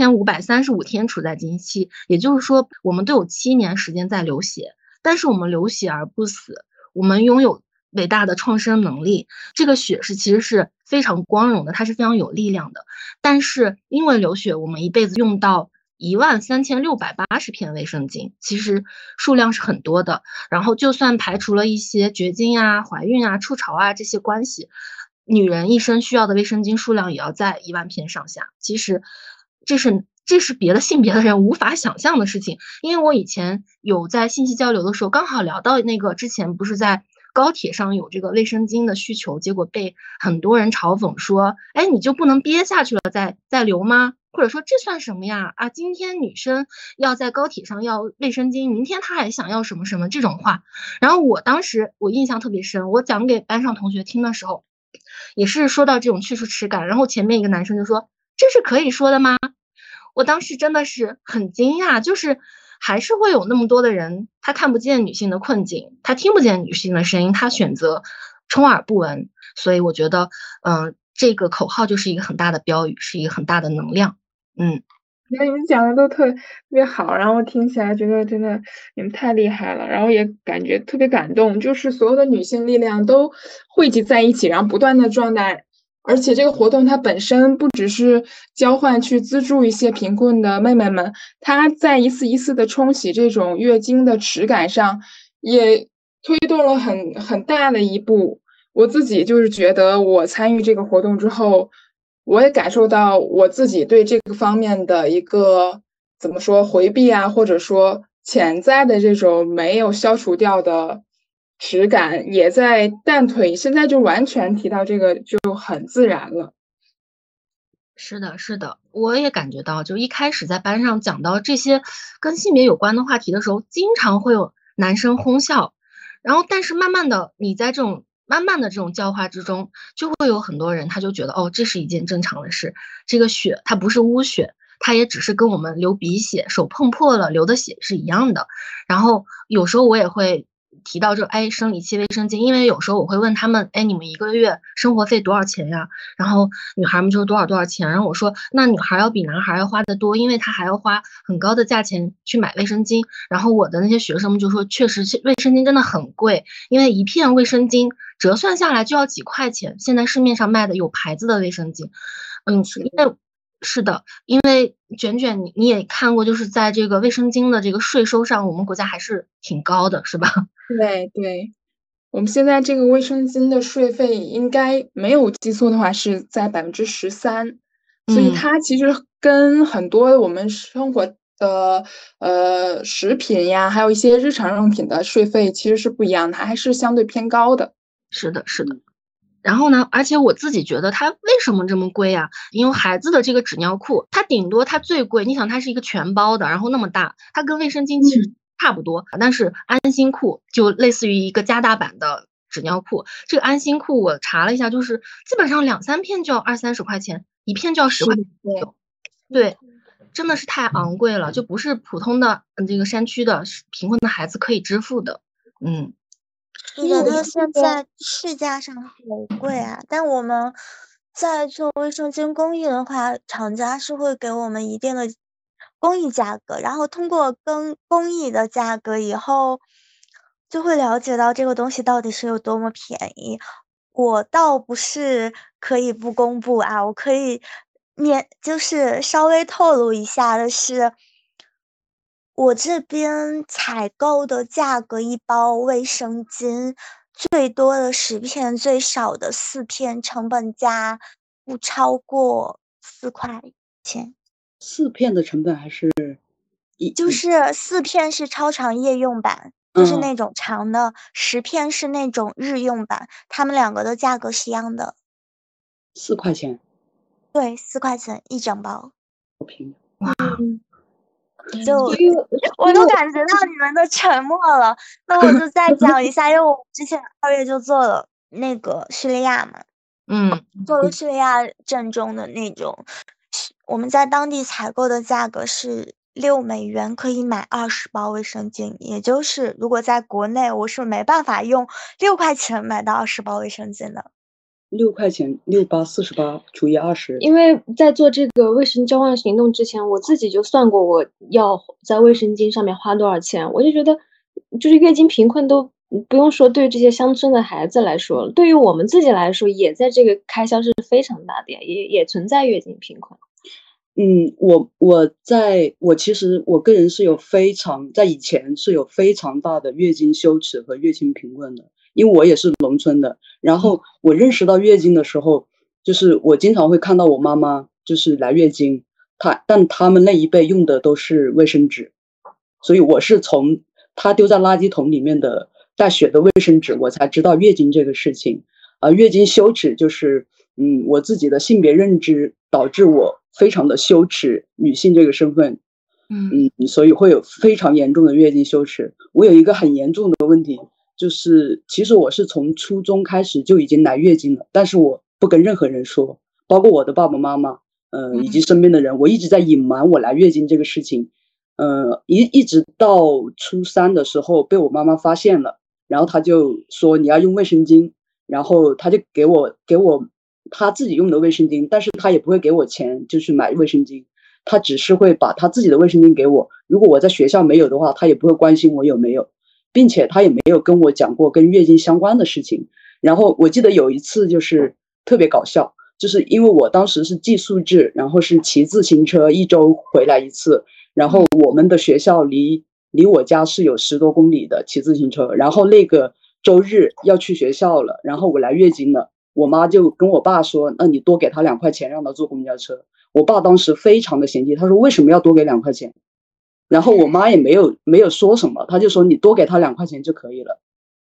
2535天处在经期，也就是说，我们都有7年时间在流血，但是我们流血而不死，我们拥有伟大的创生能力，这个血其实是非常光荣的，它是非常有力量的。但是因为流血，我们一辈子用到13680片卫生巾，其实数量是很多的。然后就算排除了一些绝经啊、怀孕啊、初潮啊这些关系，女人一生需要的卫生巾数量也要在1万片上下。其实这是别的性别的人无法想象的事情。因为我以前有在信息交流的时候，刚好聊到那个之前不是在高铁上有这个卫生巾的需求，结果被很多人嘲讽说，你就不能憋下去了再流吗？或者说这算什么呀？啊，今天女生要在高铁上要卫生巾，明天她还想要什么什么这种话。然后我当时我印象特别深，我讲给班上同学听的时候，也是说到这种去除耻感，然后前面一个男生就说，这是可以说的吗？我当时真的是很惊讶，就是还是会有那么多的人，他看不见女性的困境，他听不见女性的声音，他选择充耳不闻。所以我觉得，这个口号就是一个很大的标语，是一个很大的能量。 觉得你们讲的都特别好，然后我听起来觉得真的你们太厉害了，然后也感觉特别感动，就是所有的女性力量都汇集在一起，然后不断的壮大。而且这个活动它本身不只是交换去资助一些贫困的妹妹们，它在一次一次的冲洗这种月经的耻感上，也推动了很大的一步。我自己就是觉得我参与这个活动之后，我也感受到我自己对这个方面的一个怎么说回避啊，或者说潜在的这种没有消除掉的质感也在蛋腿，现在就完全提到这个就很自然了。 是的，是的，我也感觉到，就一开始在班上讲到这些跟性别有关的话题的时候，经常会有男生哄笑，然后但是慢慢的，你在这种慢慢的这种教化之中，就会有很多人他就觉得，哦，这是一件正常的事，这个血它不是污血，它也只是跟我们流鼻血、手碰破了流的血是一样的。然后有时候我也会提到这，哎，生理期、卫生巾，因为有时候我会问他们，哎，你们一个月生活费多少钱呀？然后女孩们就说多少多少钱，然后我说那女孩要比男孩要花得多，因为她还要花很高的价钱去买卫生巾。然后我的那些学生们就说，确实卫生巾真的很贵，因为一片卫生巾折算下来就要几块钱，现在市面上卖的有牌子的卫生巾，因为是的，因为卷卷你也看过，就是在这个卫生巾的这个税收上，我们国家还是挺高的，是吧？ 对对，我们现在这个卫生巾的税费应该没有记错的话是在13%，所以它其实跟很多我们生活的食品呀，还有一些日常用品的税费其实是不一样的，它还是相对偏高的。 是的，是的。然后呢，而且我自己觉得它为什么这么贵啊？因为孩子的这个纸尿裤，它顶多它最贵，你想它是一个全包的，然后那么大，它跟卫生巾其实差不多。但是安心裤就类似于一个加大版的纸尿裤，这个安心裤我查了一下，就是基本上2、3片就要20、30块钱，一片就要10块钱。对，真的是太昂贵了，就不是普通的这个山区的贫困的孩子可以支付的。 是的，它现在市价上好贵啊！但我们在做卫生巾公益的话，厂家是会给我们一定的公益价格，然后通过跟公益的价格以后，就会了解到这个东西到底是有多么便宜。我倒不是可以不公布啊，我可以就是稍微透露一下的是。我这边采购的价格，一包卫生巾最多的10片，最少的4片，成本价不超过4块钱。 4片的成本还是就是4片是超长夜用版，就是那种长的，10片是那种日用版，它们两个的价格是一样的。 4块钱？ 对，4块钱一整包。 好便宜。 哇。 就我都感觉到你们的沉默了，那我就再讲一下，因为我之前2月就做了那个叙利亚嘛，做了叙利亚正宗的那种，我们在当地采购的价格是6美元可以买20包卫生巾，也就是如果在国内我是没办法用6块钱买到20包卫生巾的。 6块钱，6×8=48除以20。 因为在做这个卫生交换行动之前，我自己就算过我要在卫生巾上面花多少钱，我就觉得，就是月经贫困都不用说，对于这些乡村的孩子来说，对于我们自己来说，也在这个开销是非常大的，也存在月经贫困。 我其实我个人是在以前是有非常大的月经羞耻和月经贫困的。因为我也是农村的，然后我认识到月经的时候，就是我经常会看到我妈妈就是来月经，但他们那一辈用的都是卫生纸，所以我是从她丢在垃圾桶里面的带血的卫生纸，我才知道月经这个事情。月经羞耻就是我自己的性别认知导致我非常的羞耻女性这个身份，所以会有非常严重的月经羞耻。我有一个很严重的问题。就是其实我是从初中开始就已经来月经了，但是我不跟任何人说，包括我的爸爸妈妈，以及身边的人，我一直在隐瞒我来月经这个事情，一直到初3的时候被我妈妈发现了，然后她就说你要用卫生巾，然后她就给我她自己用的卫生巾，但是她也不会给我钱就去买卫生巾，她只是会把她自己的卫生巾给我，如果我在学校没有的话，她也不会关心我有没有。并且他也没有跟我讲过跟月经相关的事情。然后我记得有一次就是特别搞笑，就是因为我当时是寄宿制，然后是骑自行车1周回来一次，然后我们的学校离我家是有10多公里的骑自行车，然后那个周日要去学校了，然后我来月经了，我妈就跟我爸说，那你多给他2块钱让他坐公交车。我爸当时非常的嫌弃，他说为什么要多给2块钱？然后我妈也没有说什么，她就说你多给他2块钱就可以了。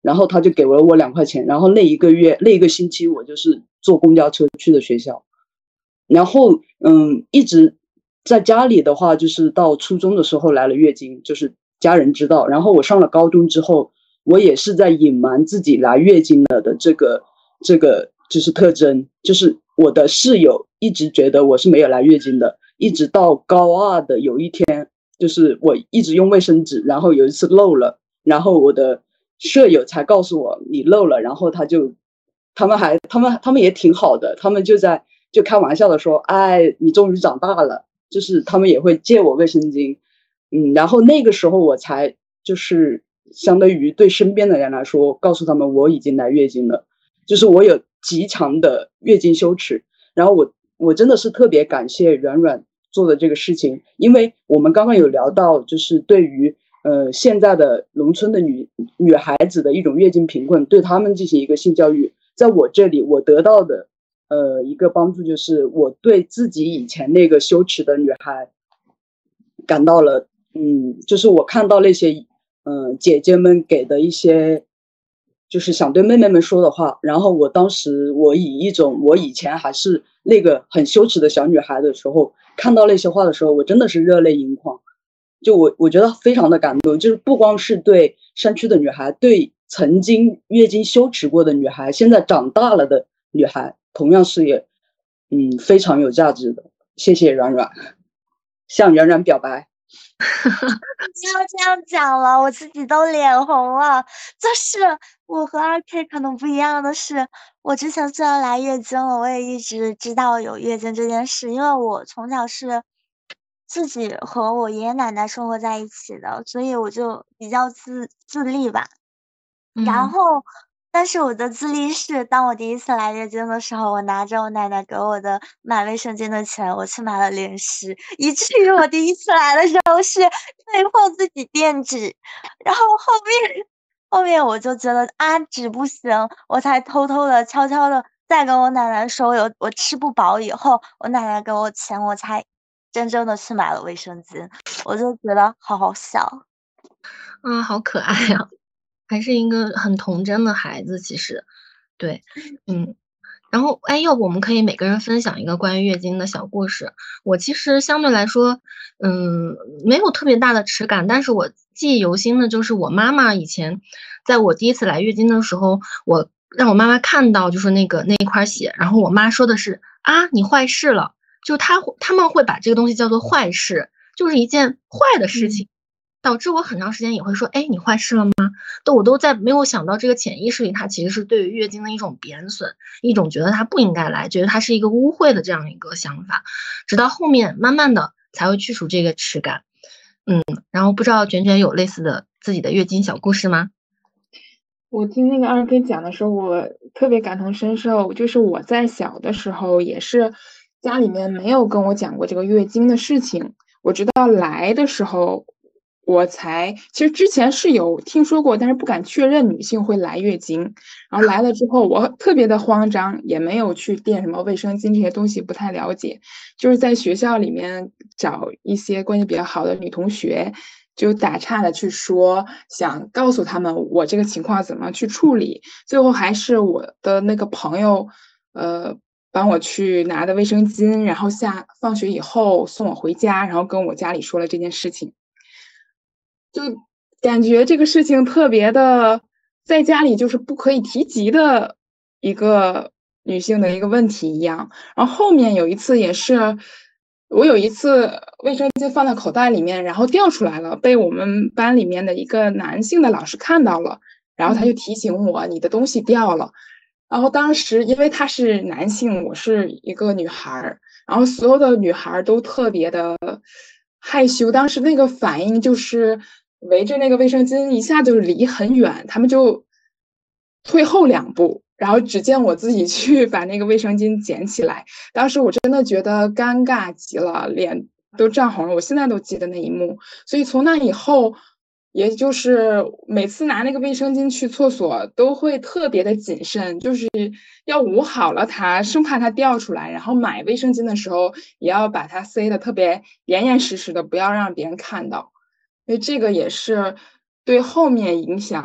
然后他就给了我2块钱，然后那一个星期我就是坐公交车去的学校，然后一直在家里的话，就是到初中的时候来了月经，就是家人知道，然后我上了高中之后，我也是在隐瞒自己来月经了的这个就是特征，就是我的室友一直觉得我是没有来月经的，一直到高2的有一天，就是我一直用卫生纸，然后有一次漏了，然后我的舍友才告诉我你漏了，然后他们也挺好的，他们就开玩笑的说，哎，你终于长大了，就是他们也会借我卫生巾，然后那个时候我才就是相当于对身边的人来说，告诉他们我已经来月经了，就是我有极强的月经羞耻，然后我真的是特别感谢软软做的这个事情，因为我们刚刚有聊到，就是对于现在的农村的女孩子的一种月经贫困，对他们进行一个性教育，在我这里我得到的一个帮助就是我对自己以前那个羞耻的女孩感到了就是我看到那些姐姐们给的一些就是想对妹妹们说的话，然后我当时我以一种我以前还是那个很羞耻的小女孩的时候，看到那些话的时候，我真的是热泪盈眶，就我觉得非常的感动，就是不光是对山区的女孩，对曾经月经羞耻过的女孩，现在长大了的女孩，同样是也非常有价值的。谢谢软软，向软软表白。 不要这样讲了，我自己都脸红了。就是我和2K 可能不一样的是，我之前虽然来月经了，我也一直知道有月经这件事，因为我从小是自己和我爷爷奶奶生活在一起的，所以我就比较自立吧。然后，但是我的自立是，当我第一次来月经的时候，我拿着我奶奶给我的买卫生巾的钱，我去买了零食，以至于我第一次来的时候是被迫自己垫纸，然后后面我就觉得纸不行，我才偷偷的、悄悄的再跟我奶奶说我吃不饱以后，我奶奶给我钱，我才真正的去买了卫生巾，我就觉得好好笑。 好可爱啊，还是一个很童真的孩子，其实，对，然后，要不我们可以每个人分享一个关于月经的小故事。我其实相对来说，没有特别大的耻感，但是我记忆犹新的就是我妈妈以前，在我第一次来月经的时候，我让我妈妈看到就是那一块血，然后我妈说的是你坏事了，就他们会把这个东西叫做坏事，就是一件坏的事情。导致我很长时间也会说，你坏事了吗？我都在没有想到这个潜意识里，它其实是对于月经的一种贬损，一种觉得它不应该来，觉得它是一个污秽的这样一个想法，直到后面慢慢的才会去除这个耻感。然后不知道卷卷有类似的自己的月经小故事吗？ 我听那个2K讲的时候，我特别感同身受，就是我在小的时候也是家里面没有跟我讲过这个月经的事情，我直到来的时候其实之前是有听说过，但是不敢确认女性会来月经。然后来了之后，我特别的慌张，也没有去垫什么卫生巾这些东西，不太了解。就是在学校里面找一些关系比较好的女同学，就打岔的去说，想告诉他们我这个情况怎么去处理。最后还是我的那个朋友，帮我去拿的卫生巾，然后放学以后送我回家，然后跟我家里说了这件事情。就感觉这个事情特别的，在家里就是不可以提及的一个女性的一个问题一样。然后后面有一次也是，我有一次卫生巾放在口袋里面，然后掉出来了，被我们班里面的一个男性的老师看到了，然后他就提醒我，你的东西掉了。然后当时因为他是男性，我是一个女孩，然后所有的女孩都特别的害羞，当时那个反应就是围着那个卫生巾一下就离很远，他们就退后2步，然后只见我自己去把那个卫生巾捡起来。当时我真的觉得尴尬极了，脸都涨红了，我现在都记得那一幕。所以从那以后，也就是每次拿那个卫生巾去厕所都会特别的谨慎，就是要捂好了它，生怕它掉出来。然后买卫生巾的时候也要把它塞得特别严严实实的，不要让别人看到。所以这个也是对后面影响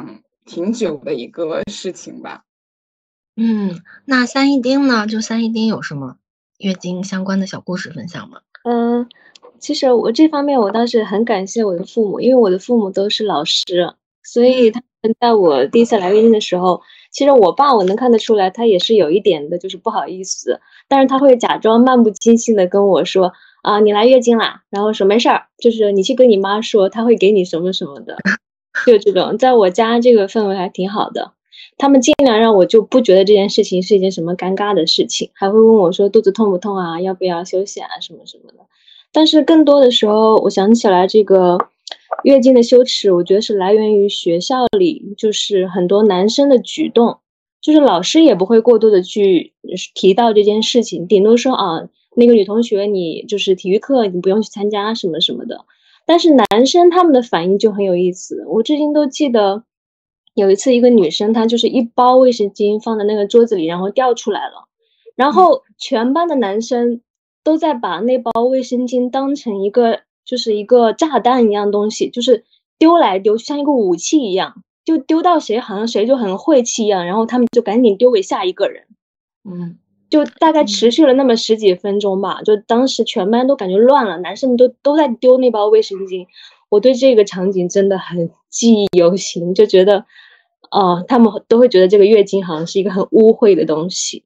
挺久的一个事情吧。 那三一丁呢？就三一丁有什么月经相关的小故事分享吗？ 其实我这方面我倒是很感谢我的父母，因为我的父母都是老师，所以他们在我第一次来月经的时候，其实我爸我能看得出来，他也是有一点的就是不好意思，但是他会假装漫不经心的跟我说啊，你来月经啦，然后说没事儿，就是你去跟你妈说，他会给你什么什么的，就这种，在我家这个氛围还挺好的。他们尽量让我就不觉得这件事情是一件什么尴尬的事情，还会问我说肚子痛不痛啊，要不要休息啊，什么什么的。但是更多的时候，我想起来这个月经的羞耻，我觉得是来源于学校里，就是很多男生的举动，就是老师也不会过多的去提到这件事情，顶多说啊，那个女同学你就是体育课你不用去参加什么什么的。但是男生他们的反应就很有意思，我至今都记得有一次一个女生她就是一包卫生巾放在那个桌子里，然后掉出来了，然后全班的男生都在把那包卫生巾当成一个就是一个炸弹一样东西，就是丢来丢去，像一个武器一样，就丢到谁好像谁就很晦气一样，然后他们就赶紧丢给下一个人。就大概持续了那么十几分钟吧，就当时全班都感觉乱了，男生们都在丢那包卫生巾。我对这个场景真的很记忆犹新，就觉得他们都会觉得这个月经好像是一个很污秽的东西。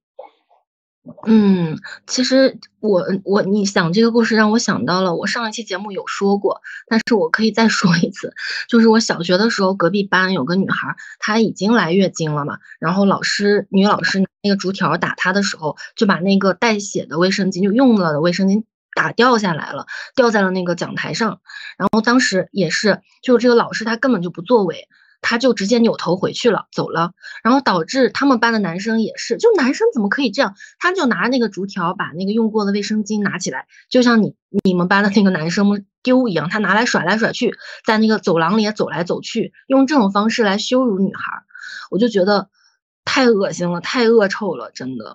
其实你讲这个故事让我想到了，我上一期节目有说过，但是我可以再说一次，就是我小学的时候，隔壁班有个女孩，她已经来月经了嘛，然后女老师拿那个竹条打她的时候，就把那个带血的卫生巾，就用了的卫生巾打掉下来了，掉在了那个讲台上，然后当时也是，就是这个老师他根本就不作为。他就直接扭头回去了，走了，然后导致他们班的男生也是，就男生怎么可以这样？他就拿那个竹条把那个用过的卫生巾拿起来，就像你们班的那个男生们丢一样，他拿来甩来甩去，在那个走廊里也走来走去，用这种方式来羞辱女孩，我就觉得太恶心了，太恶臭了，真的。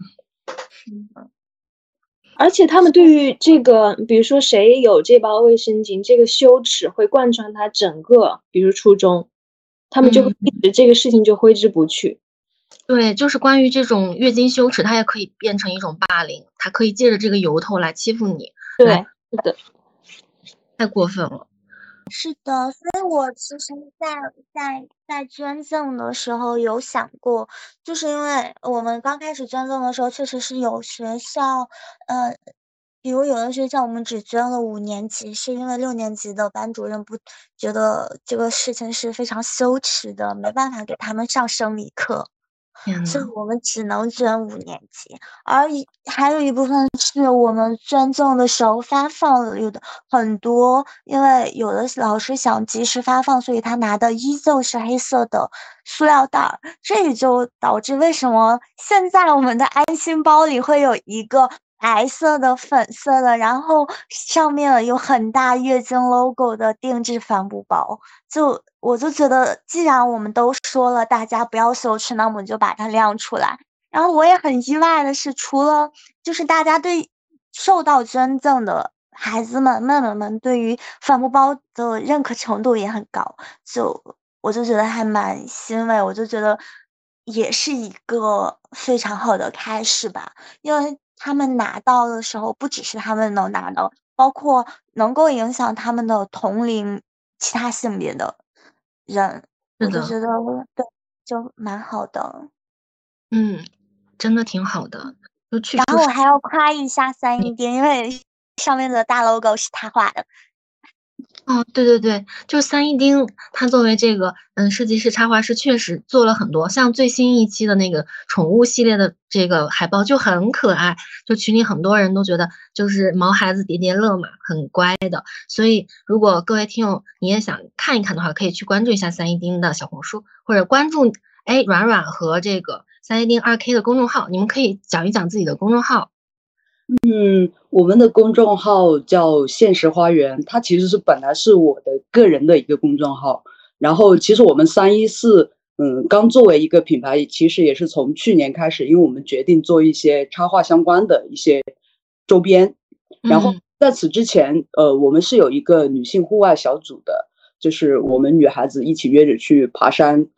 而且他们对于这个，比如说谁有这包卫生巾，这个羞耻会贯穿他整个，比如初中。他们就会一直这个事情就挥之不去。 对，就是关于这种月经羞耻，它也可以变成一种霸凌，它可以借着这个由头来欺负你。 对，是的， 太过分了。 是的，所以我其实在捐赠的时候有想过，就是因为我们刚开始捐赠的时候，确实是有学校，比如有的学校我们只捐了5年级，是因为6年级的班主任不觉得这个事情是非常羞耻的，没办法给他们上生理课，所以我们只能捐5年级。而还有一部分是我们捐赠的时候发放了有的很多，因为有的老师想及时发放，所以他拿的依旧是黑色的塑料袋，这也就导致为什么现在我们的安心包里会有一个白色的、粉色的，然后上面有很大月经 logo 的定制帆布包。我就觉得，既然我们都说了大家不要羞耻，那我们就把它亮出来。然后我也很意外的是，除了就是大家对受到捐赠的孩子们、妹妹们对于帆布包的认可程度也很高，我就觉得还蛮欣慰，我就觉得也是一个非常好的开始吧，因为他们拿到的时候，不只是他们能拿到，包括能够影响他们的同龄其他性别的人，我就觉得对，就蛮好的。 真的挺好的。 然后我还要夸一下三一丁，因为上面的大 logo 是他画的。 对对对，就三一丁，他作为这个设计师、插画师，确实做了很多。像最新一期的那个宠物系列的这个海报就很可爱，就群里很多人都觉得就是毛孩子叠叠乐嘛，很乖的。所以如果各位听友你也想看一看的话，可以去关注一下三一丁的小红书，或者关注软软和这个三一丁2K 的公众号，你们可以讲一讲自己的公众号。 我们的公众号叫现实花园，它其实本来是我的个人的一个公众号。然后其实我们314刚作为一个品牌，其实也是从去年开始，因为我们决定做一些插画相关的一些周边。然后在此之前我们是有一个女性户外小组的，就是我们女孩子一起约着去爬山，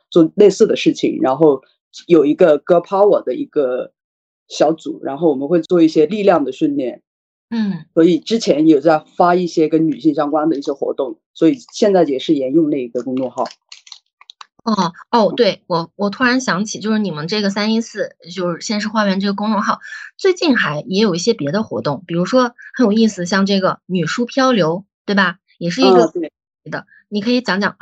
做类似的事情，然后有一个 Girl Power 的一个小组，然后我们会做一些力量的训练。所以之前有在发一些跟女性相关的一些活动，所以现在也是沿用那个公众号。 对，我突然想起，就是你们这个314就是现实花园这个公众号，最近也有一些别的活动，比如说很有意思，像这个女书漂流，对吧？也是一个对的，你可以讲讲。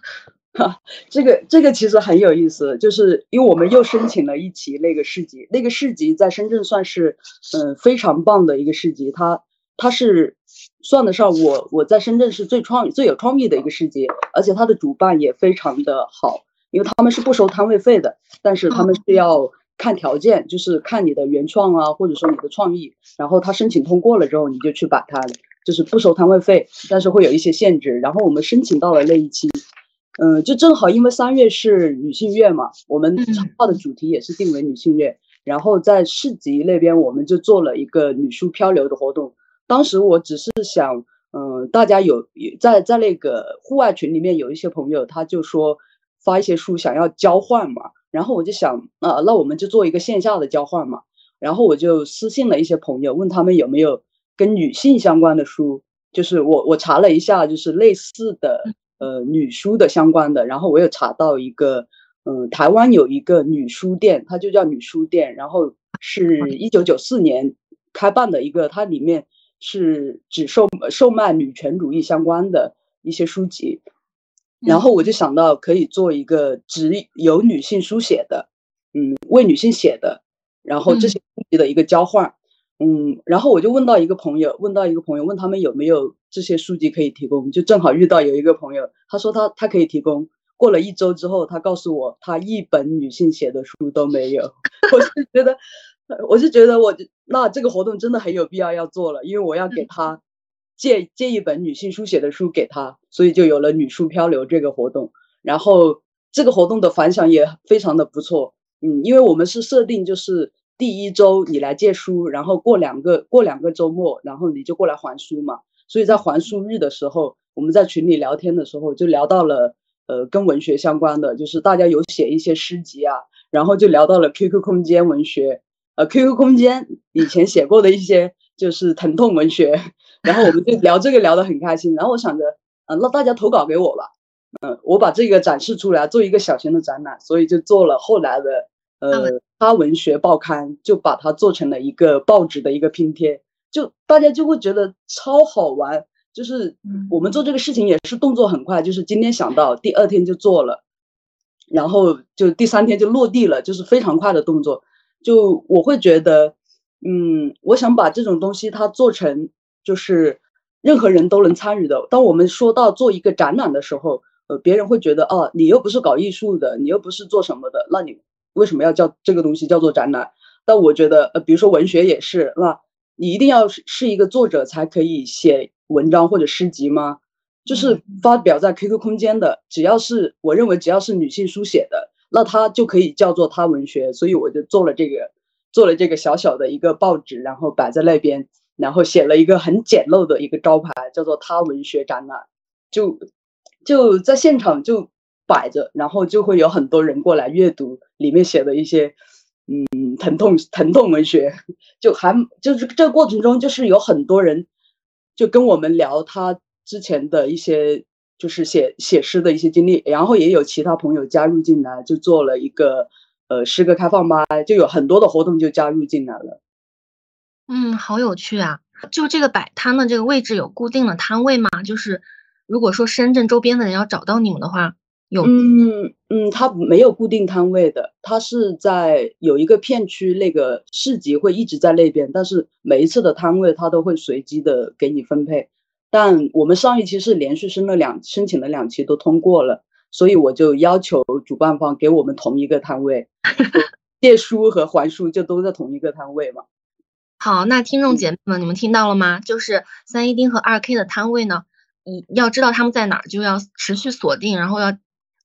这个其实很有意思，就是因为我们又申请了一期那个市集，那个市集在深圳算是非常棒的一个市集，它是算得上我在深圳是最有创意的一个市集，而且它的主办也非常的好，因为他们是不收摊位费的，但是他们是要看条件，就是看你的原创啊，或者说你的创意，然后他申请通过了之后你就去摆摊，就是不收摊位费，但是会有一些限制，然后我们申请到了那一期。就正好因为3月是女性月嘛，我们插画的主题也是定为女性月，然后在市集那边我们就做了一个女书漂流的活动。当时我只是想，大家有在那个户外群里面有一些朋友，他就说发一些书想要交换嘛，然后我就想，那我们就做一个线下的交换嘛，然后我就私信了一些朋友，问他们有没有跟女性相关的书，就是我查了一下，就是类似的。女书的相关的，然后我有查到一个，台湾有一个女书店，它就叫女书店，然后是1994年开办的一个，它里面是只售卖女权主义相关的一些书籍，然后我就想到可以做一个只有女性书写的，为女性写的，然后这些书籍的一个交换。然后我就问到一个朋友，问他们有没有这些书籍可以提供，就正好遇到有一个朋友，他说他可以提供。过了1周之后，他告诉我他一本女性写的书都没有。我是觉得那这个活动真的很有必要要做了，因为我要给他借一本女性书写的书给他，所以就有了女书漂流这个活动。然后这个活动的反响也非常的不错，因为我们是设定就是第1周你来借书，然后过两个周末，然后你就过来还书嘛。所以在还书日的时候，我们在群里聊天的时候就聊到了跟文学相关的，就是大家有写一些诗集啊，然后就聊到了 QQ 空间文学，QQ 空间以前写过的一些就是疼痛文学，然后我们就聊这个聊得很开心。然后我想着那大家投稿给我吧，我把这个展示出来做一个小型的展览，所以就做了后来的他文学报刊，就把它做成了一个报纸的一个拼贴，就大家就会觉得超好玩。就是我们做这个事情也是动作很快，就是今天想到第2天就做了，然后就第3天就落地了，就是非常快的动作。就我会觉得我想把这种东西它做成就是任何人都能参与的。当我们说到做一个展览的时候，别人会觉得你又不是搞艺术的，你又不是做什么的，那你为什么要叫这个东西叫做展览？但我觉得比如说文学也是，那你一定要是一个作者才可以写文章或者诗集吗？就是发表在 QQ 空间的，我认为只要是女性书写的，那它就可以叫做他文学。所以我就做了这个小小的一个报纸，然后摆在那边，然后写了一个很简陋的一个招牌，叫做他文学展览，就在现场就摆着，然后就会有很多人过来阅读里面写的一些疼痛文学，就是这个过程中就是有很多人就跟我们聊他之前的一些就是写诗的一些经历，然后也有其他朋友加入进来，就做了一个诗歌开放吧，就有很多的活动就加入进来了。 好有趣啊！就这个摆摊的这个位置有固定的摊位吗？就是如果说深圳周边的人要找到你们的话，有它没有固定摊位的，它是在有一个片区，那个市集会一直在那边，但是每一次的摊位它都会随机的给你分配。但我们上一期是连续申请了2期都通过了，所以我就要求主办方给我们同一个摊位，借书和还书就都在同一个摊位嘛。 好，那听众姐妹们，你们听到了吗？就是311丁和2K 的摊位呢，你要知道他们在哪儿，就要持续锁定，然后要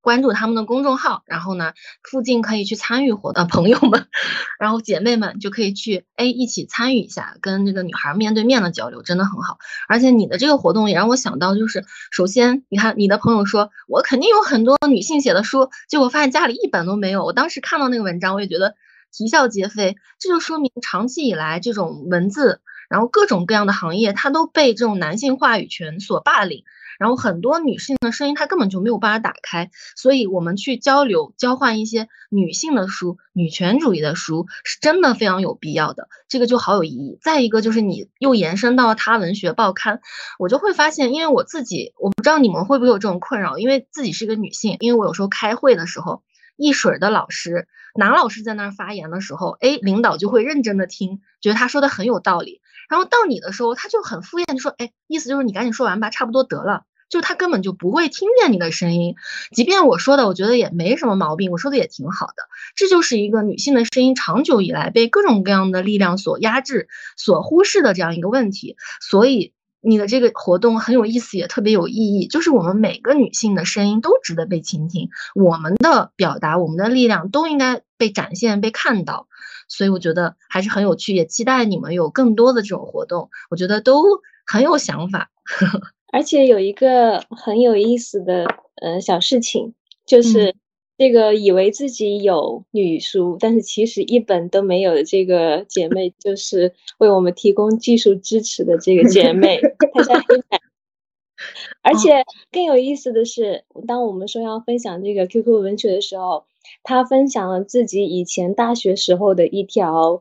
关注他们的公众号，然后呢，附近可以去参与朋友们，然后姐妹们就可以去一起参与一下，跟这个女孩面对面的交流，真的很好。而且你的这个活动也让我想到，就是首先你看你的朋友说我肯定有很多女性写的书，结果发现家里一本都没有。我当时看到那个文章，我也觉得啼笑皆非。这就说明长期以来这种文字，然后各种各样的行业，它都被这种男性话语权所霸凌。然后很多女性的声音，它根本就没有办法打开，所以我们去交流、交换一些女性的书、女权主义的书，是真的非常有必要的。这个就好有意义。再一个就是你又延伸到他文学报刊，我就会发现，因为我自己，我不知道你们会不会有这种困扰，因为自己是个女性，因为我有时候开会的时候，一水的老师，男老师在那儿发言的时候，领导就会认真的听，觉得他说的很有道理。然后到你的时候，他就很敷衍，就说，意思就是你赶紧说完吧，差不多得了。就他根本就不会听见你的声音，即便我说的，我觉得也没什么毛病，我说的也挺好的。这就是一个女性的声音长久以来被各种各样的力量所压制、所忽视的这样一个问题。所以你的这个活动很有意思，也特别有意义，就是我们每个女性的声音都值得被倾听，我们的表达、我们的力量都应该被展现、被看到。所以我觉得还是很有趣，也期待你们有更多的这种活动，我觉得都很有想法。 而且有一个很有意思的小事情，就是这个以为自己有女书，但是其实一本都没有的这个姐妹，就是为我们提供技术支持的这个姐妹，她叫黑板。而且更有意思的是，当我们说要分享这个 QQ 文学的时候，她分享了自己以前大学时候的一条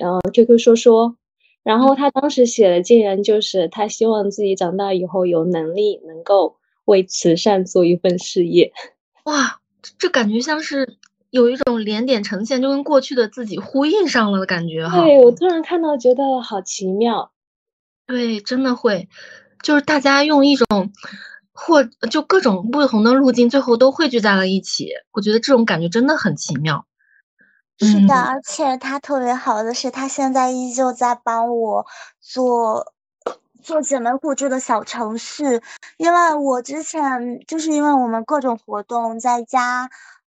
QQ 说说。然后他当时写的竟然就是他希望自己长大以后有能力能够为慈善做一份事业。 哇，这感觉像是有一种连点呈现，就跟过去的自己呼应上了的感觉哈。 对，我突然看到觉得好奇妙。 对，真的会，就是大家用一种就各种不同的路径，最后都汇聚在了一起。我觉得这种感觉真的很奇妙。 是的，而且他特别好的是，他现在依旧在帮我做姐妹互助的小程序。因为我之前就是因为我们各种活动在家，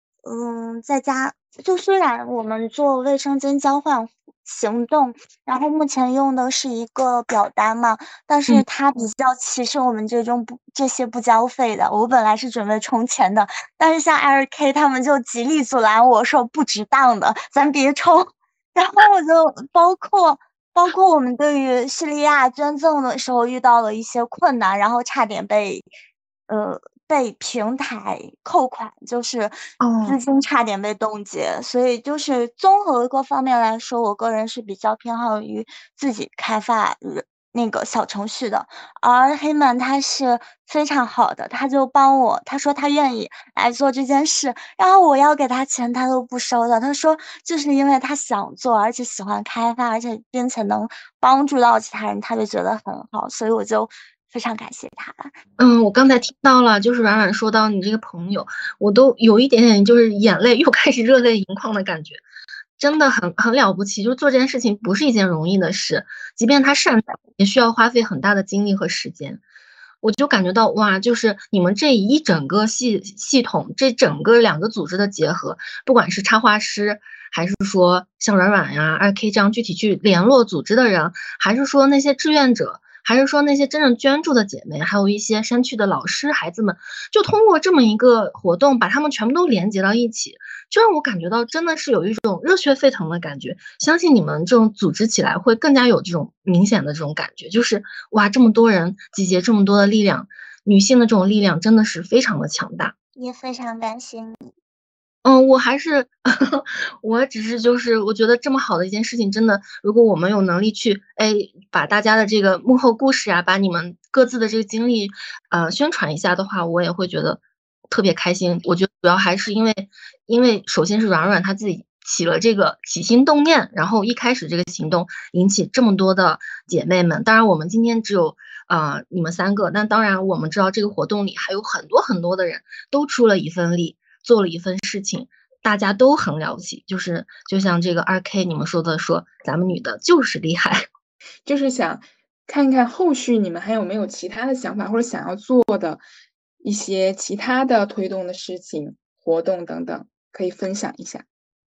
就虽然我们做卫生巾交换行动，然后目前用的是一个表单嘛，但是他比较歧视我们这些不交费的。我本来是准备充钱的，但是像 LK 他们就极力阻拦我说不值当的，咱别充。然后我就包括我们对于叙利亚捐赠的时候遇到了一些困难，然后差点被平台扣款，就是资金差点被冻结。所以就是综合各方面来说，我个人是比较偏好于自己开发那个小程序的。而黑曼他是非常好的，他就帮我，他说他愿意来做这件事，然后我要给他钱他都不收的。他说就是因为他想做，而且喜欢开发，而且并且能帮助到其他人，他就觉得很好，所以我就非常感谢他。 我刚才听到了，就是软软说到你这个朋友，我都有一点点就是眼泪又开始热泪盈眶的感觉，真的很了不起。就是做这件事情不是一件容易的事，即便他擅长，也需要花费很大的精力和时间。我就感觉到哇，就是你们这一整个系统，这整个两个组织的结合，不管是插画师，还是说像软软呀、2K 这样具体去联络组织的人，还是说那些志愿者，还是说那些真正捐助的姐妹，还有一些山区的老师、孩子们，就通过这么一个活动，把他们全部都连接到一起，就让我感觉到真的是有一种热血沸腾的感觉。相信你们这种组织起来会更加有这种明显的这种感觉，就是哇，这么多人集结这么多的力量，女性的这种力量真的是非常的强大。 也非常感谢你。 我还是我只是就是我觉得这么好的一件事情，真的，如果我们有能力去把大家的这个幕后故事啊，把你们各自的这个经历宣传一下的话，我也会觉得特别开心。我觉得主要还是因为首先是软软她自己起了这个起心动念，然后一开始这个行动引起这么多的姐妹们。当然我们今天只有你们3个，但当然我们知道这个活动里还有很多很多的人都出了一份力，做了一份事情，大家都很了不起。就像这个2K 你们说的，说咱们女的就是厉害。 就是想看看后续你们还有没有其他的想法，或者想要做的一些其他的推动的事情。 活动等等，可以分享一下。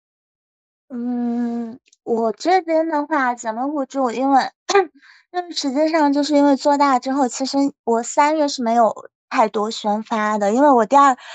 我这边的话，姐妹互助，因为实际上就是因为做大之后，其实我3月是没有太多宣发的，因为我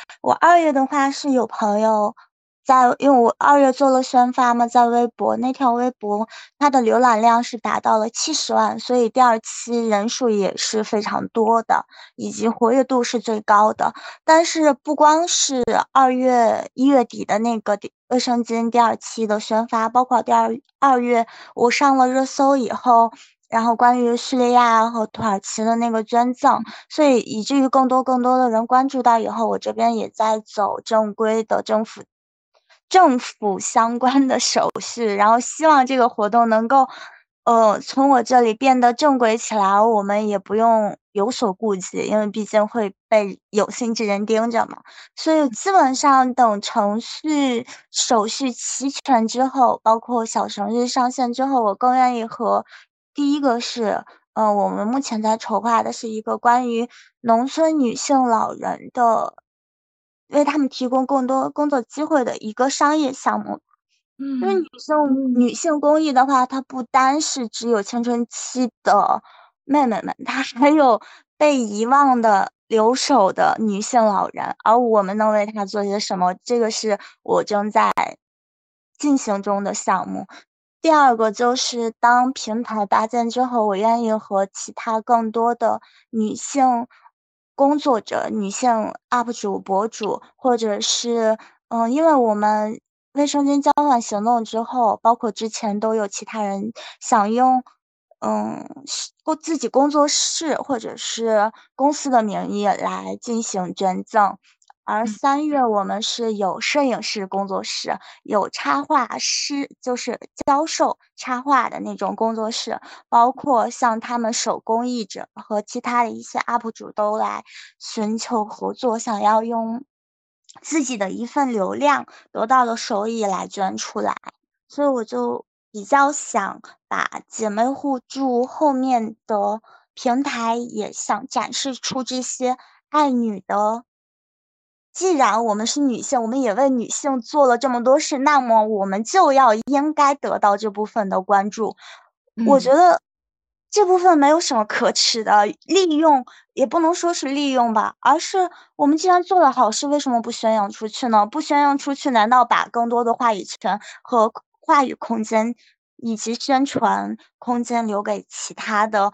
2月的话是有朋友因为我2月做了宣发嘛，在微博那条微博，它的浏览量是达到了70万，所以第2期人数也是非常多的，以及活跃度是最高的。但是不光是1月底的那个卫生巾第2期的宣发，包括2月我上了热搜以后，然后关于叙利亚和土耳其的那个捐赠，所以以至于更多的人关注到以后，我这边也在走正规的政府相关的手续，然后希望这个活动能够从我这里变得正规起来，我们也不用有所顾忌，因为毕竟会被有心之人盯着嘛。所以基本上等程序手续齐全之后，包括小程序上线之后，我更愿意和第一个是我们目前在筹划的是一个关于农村女性老人的，为他们提供更多工作机会的一个商业项目。因为女性公益的话，它不单是只有青春期的妹妹们，它还有被遗忘的留守的女性老人，而我们能为她做些什么，这个是我正在进行中的项目。第二个就是当平台搭建之后，我愿意和其他更多的女性工作者、女性 UP 主、博主，或者是因为我们卫生巾交换行动之后，包括之前都有其他人想用自己工作室或者是公司的名义来进行捐赠。而3月我们是有摄影师工作室，有插画师，就是教授插画的那种工作室，包括像他们手工艺者和其他的一些 UP 主都来寻求合作，想要用自己的一份流量得到的收益来捐出来。所以我就比较想把姐妹互助后面的平台也想展示出这些爱女的，既然我们是女性，我们也为女性做了这么多事，那么我们就应该得到这部分的关注。我觉得这部分没有什么可耻的，利用也不能说是利用吧，而是我们既然做了好事，为什么不宣扬出去呢？不宣扬出去，难道把更多的话语权和话语空间以及宣传空间留给其他的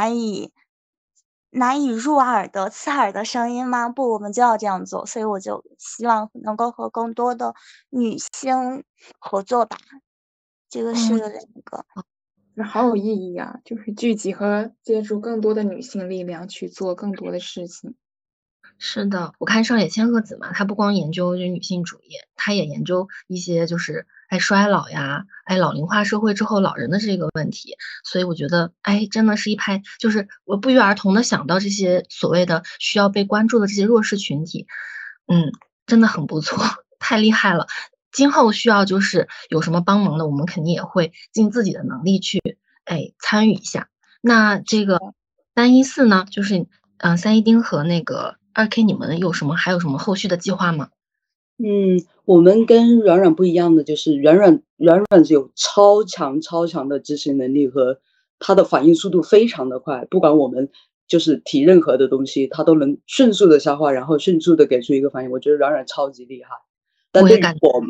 难以入耳的刺耳的声音吗？不，我们就要这样做。所以我就希望能够和更多的女性合作吧。这个是2个。 这好有意义啊！就是聚集和借助更多的女性力量去做更多的事情。 是的，我看上野千鹤子嘛，她不光研究这女性主义，她也研究一些就是衰老呀，老龄化社会之后老人的这个问题。所以我觉得真的是一派，就是我不约而同的想到这些所谓的需要被关注的这些弱势群体，真的很不错，太厉害了。今后需要就是有什么帮忙的，我们肯定也会尽自己的能力去参与一下。那这个314呢，就是三一丁和那个2K，你们还有什么后续的计划吗？ 我们跟软软不一样的就是软软有超强的执行能力和它的反应速度非常的快，不管我们就是提任何的东西，它都能迅速的消化，然后迅速的给出一个反应。我觉得软软超级厉害。但对于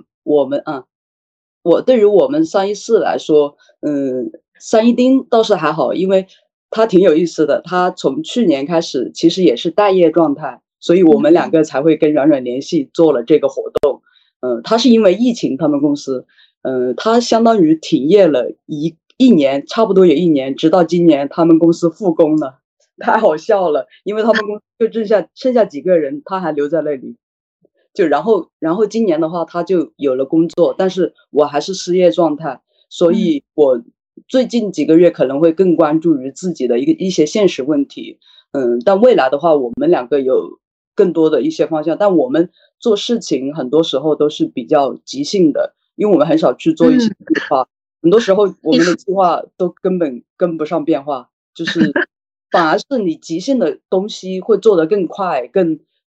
对于我们314来说，三一丁倒是还好，因为他挺有意思的，他从去年开始其实也是待业状态，所以我们2个才会跟软软联系做了这个活动。他是因为疫情，他们公司，他相当于停业了一年，差不多也1年，直到今年他们公司复工了，太好笑了，因为他们公司就剩下几个人，他还留在那里。然后今年的话他就有了工作，但是我还是失业状态，所以我最近几个月可能会更关注于自己的一些现实问题。但未来的话我们2个有更多的一些方向，但我们做事情很多时候都是比较即兴的，因为我们很少去做一些计划，很多时候我们的计划都根本跟不上变化，就是反而是你即兴的东西会做得更快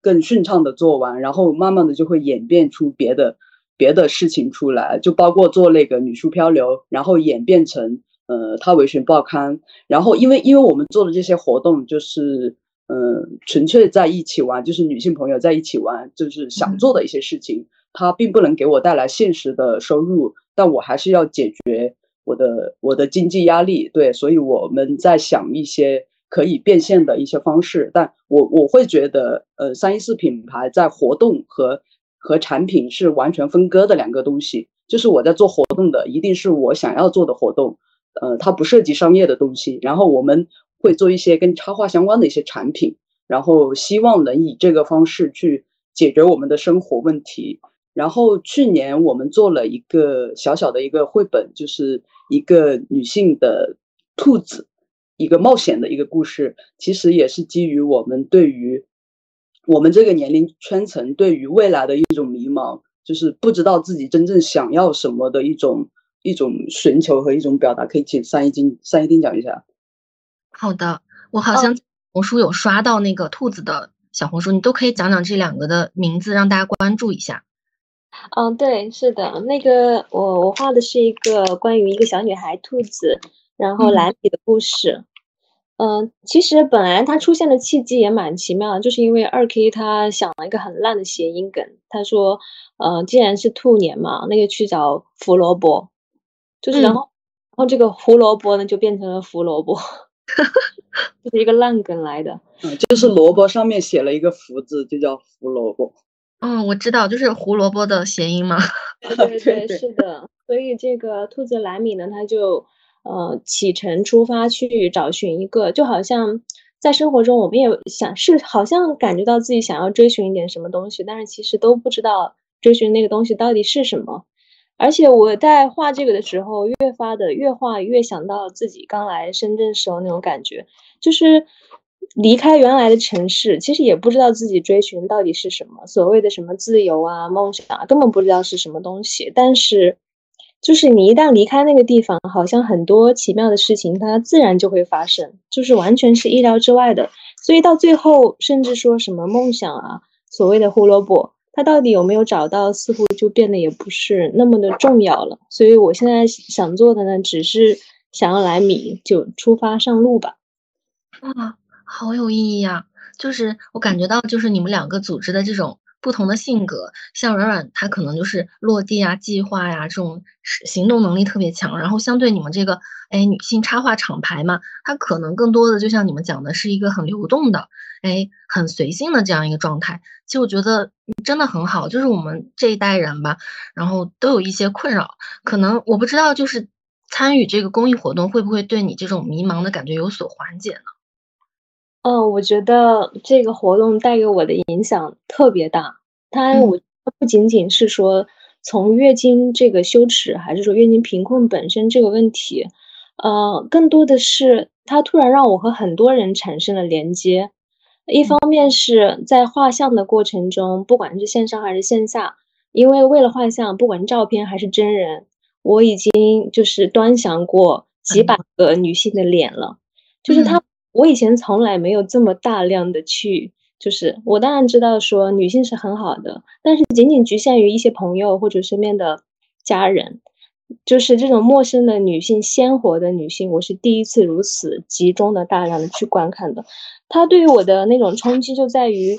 更顺畅的做完，然后慢慢的就会演变出别的事情出来，就包括做那个女书漂流，然后演变成他维寻报刊，然后因为我们做的这些活动就是纯粹在一起玩，就是女性朋友在一起玩，就是想做的一些事情，它并不能给我带来现实的收入，但我还是要解决我的经济压力，对，所以我们在想一些可以变现的一些方式，但我会觉得314品牌在活动和产品是完全分割的两个东西，就是我在做活动的一定是我想要做的活动，它不涉及商业的东西，然后我们会做一些跟插画相关的一些产品，然后希望能以这个方式去解决我们的生活问题。然后去年我们做了一个小小的一个绘本，就是一个女性的兔子，一个冒险的一个故事，其实也是基于我们对于我们这个年龄圈层对于未来的一种迷茫，就是不知道自己真正想要什么的一种寻求和一种表达。可以请三一丁讲一下。 好的，我好像红书有刷到那个兔子的小红书，你都可以讲讲这两个的名字，让大家关注一下。 对，是的，那个我画的是一个关于一个小女孩兔子，然后蓝米的故事。其实本来它出现的契机也蛮奇妙的，就是因为2K 他想了一个很烂的谐音梗，他说，既然是兔年嘛，那个去找胡萝卜，就是然后这个胡萝卜呢就变成了胡萝卜，就是一个烂梗来的。 就是萝卜上面写了一个福字，就叫胡萝卜。 我知道，就是胡萝卜的谐音嘛。 对，是的。所以这个兔子蓝米呢，它就启程出发去找寻一个，就好像在生活中我们也好像感觉到自己想要追寻一点什么东西，但是其实都不知道追寻那个东西到底是什么。而且我在画这个的时候，越画越想到自己刚来深圳时候那种感觉，就是离开原来的城市，其实也不知道自己追寻到底是什么，所谓的什么自由啊、梦想啊，根本不知道是什么东西。但是就是你一旦离开那个地方，好像很多奇妙的事情它自然就会发生，就是完全是意料之外的。所以到最后，甚至说什么梦想啊，所谓的胡萝卜，它到底有没有找到，似乎就变得也不是那么的重要了。所以我现在想做的呢，只是想要来米，就出发上路吧。 哇，好有意义呀！就是我感觉到，就是你们两个组织的这种不同的性格，像软软她可能就是落地啊、计划呀这种行动能力特别强，然后相对你们这个女性插画厂牌嘛，它可能更多的就像你们讲的是一个很流动的，很随性的这样一个状态。其实我觉得真的很好，就是我们这一代人吧，然后都有一些困扰，可能我不知道就是参与这个公益活动会不会对你这种迷茫的感觉有所缓解呢？ 我觉得这个活动带给我的影响特别大。我不仅仅是说从月经这个羞耻，还是说月经贫困本身这个问题，更多的是它突然让我和很多人产生了连接。一方面是在画像的过程中，不管是线上还是线下，因为为了画像，不管是照片还是真人，我已经就是端详过几百个女性的脸了，就是我以前从来没有这么大量的就是我当然知道说女性是很好的，但是仅仅局限于一些朋友或者身边的家人，就是这种陌生的女性、鲜活的女性，我是第一次如此集中的大量的去观看的。它对于我的那种冲击就在于，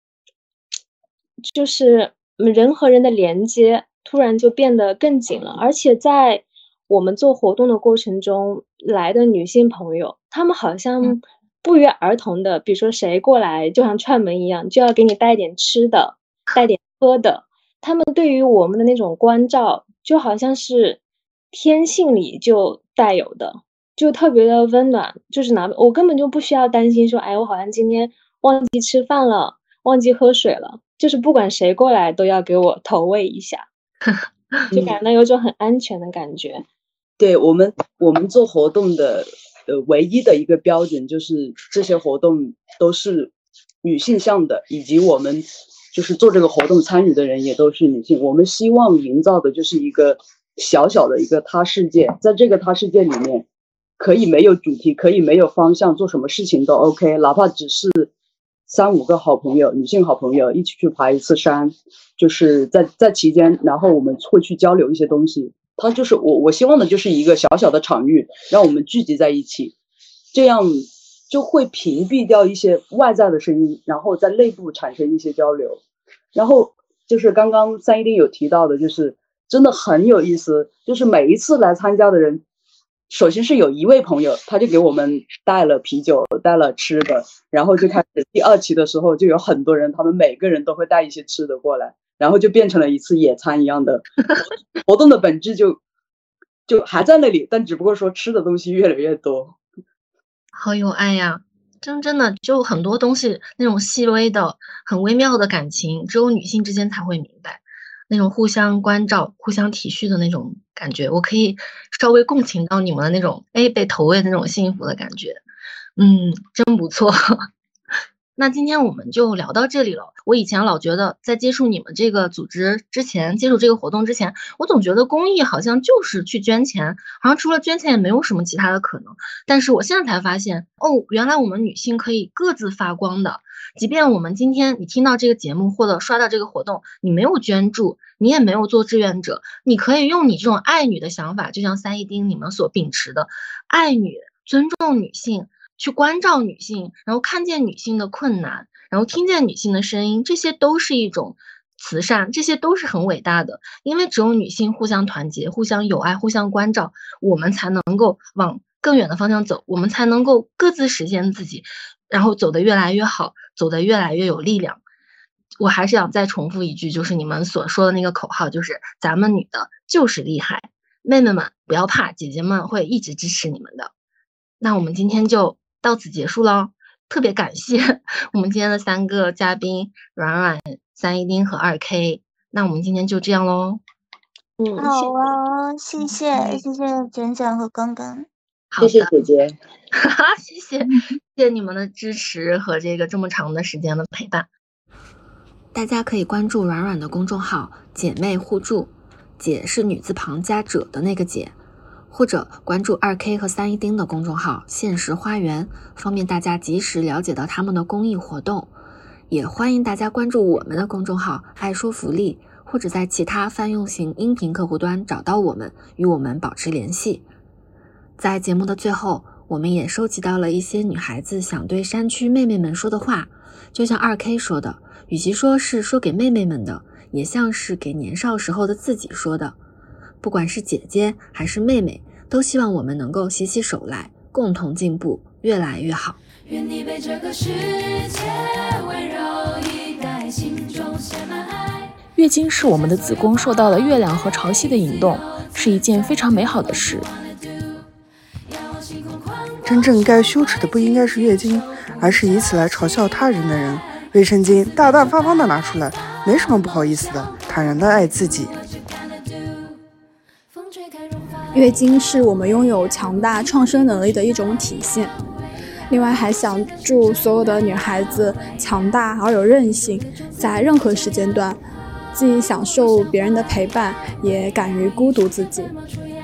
就是人和人的连接突然就变得更紧了，而且在我们做活动的过程中来的女性朋友，她们好像不约而同的，比如说谁过来就像串门一样，就要给你带点吃的，带点喝的。她们对于我们的那种关照，就好像是天性里就带有的，就特别的温暖。就是我根本就不需要担心说，我好像今天忘记吃饭了，忘记喝水了，就是不管谁过来都要给我投喂一下，就感到有种很安全的感觉。 对，我们做活动的唯一的一个标准就是这些活动都是女性向的，以及我们就是做这个活动参与的人也都是女性。我们希望营造的就是一个小小的一个他世界，在这个他世界里面可以没有主题，可以没有方向，做什么事情都 OK， 哪怕只是 3-5个好朋友，女性好朋友一起去爬一次山，就是在期间，然后我们会去交流一些东西。它就是我希望的就是一个小小的场域，让我们聚集在一起，这样就会屏蔽掉一些外在的声音，然后在内部产生一些交流。然后就是刚刚三一丁有提到的，就是真的很有意思，就是每一次来参加的人，首先是有一位朋友，他就给我们带了啤酒，带了吃的，然后就开始第2期的时候，就有很多人，他们每个人都会带一些吃的过来，然后就变成了一次野餐一样的活动的本质就还在那里，但只不过说吃的东西越来越多。 好有爱呀！真的就很多东西那种细微的很微妙的感情，只有女性之间才会明白，那种互相关照互相体恤的那种感觉，我可以稍微共情到你们的那种被投喂的那种幸福的感觉。真不错。那今天我们就聊到这里了。我以前老觉得在接触你们这个组织之前，接触这个活动之前，我总觉得公益好像就是去捐钱，好像除了捐钱也没有什么其他的可能。但是我现在才发现，原来我们女性可以各自发光的。即便我们今天你听到这个节目或者刷到这个活动，你没有捐助，你也没有做志愿者，你可以用你这种爱女的想法，就像三一丁你们所秉持的爱女、尊重女性，去关照女性，然后看见女性的困难，然后听见女性的声音，这些都是一种慈善，这些都是很伟大的。因为只有女性互相团结、互相友爱、互相关照，我们才能够往更远的方向走，我们才能够各自实现自己，然后走得越来越好，走得越来越有力量。我还是想再重复一句，就是你们所说的那个口号，就是咱们女的就是厉害，妹妹们不要怕，姐姐们会一直支持你们的。那我们今天就到此结束了，特别感谢我们今天的3个嘉宾软软、三一丁和2K。那我们今天就这样咯。 好啊，谢谢卷卷和根根。 谢谢姐姐。 谢谢你们的支持和这么长的时间的陪伴。大家可以关注软软的公众号姐妹互助，姐是女字旁加者的那个姐，或者关注2K 和三一丁的公众号现实花园，方便大家及时了解到他们的公益活动。也欢迎大家关注我们的公众号爱说福利，或者在其他泛用型音频客户端找到我们，与我们保持联系。在节目的最后，我们也收集到了一些女孩子想对山区妹妹们说的话，就像2K 说的，与其说是说给妹妹们的，也像是给年少时候的自己说的。不管是姐姐还是妹妹，都希望我们能够携起手来，共同进步，越来越好。愿你被这个世界温柔以待，心中写满爱。 月经是我们的子宫受到了月亮和潮汐的引动，是一件非常美好的事。 真正该羞耻的不应该是月经，而是以此来嘲笑他人的人。卫生巾大大方方的拿出来，没什么不好意思的，坦然的爱自己。 月经是我们拥有强大创生能力的一种体现。另外还想祝所有的女孩子强大而有韧性，在任何时间段既享受别人的陪伴，也敢于孤独自己。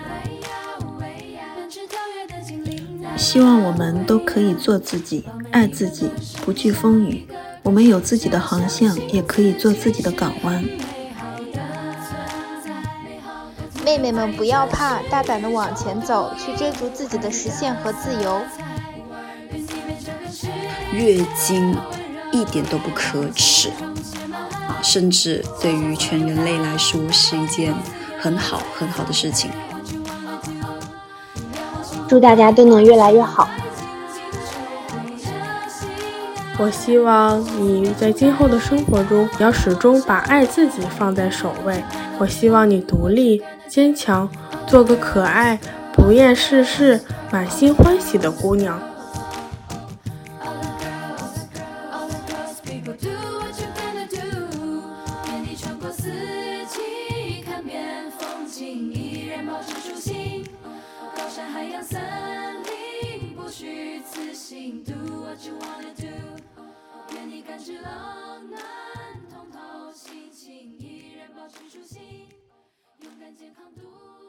希望我们都可以做自己，爱自己，不惧风雨。我们有自己的航向，也可以做自己的港湾。 妹妹们不要怕，大胆地往前走，去追逐自己的实现和自由。 月经一点都不可耻，甚至对于全人类来说是一件很好的事情。 祝大家都能越来越好。 我希望你在今后的生活中要始终把爱自己放在首位。我希望你独立坚强，做个可爱不厌世事满心欢喜的姑娘。 感知冷暖，通透心情，依然保持初心，勇敢健康度。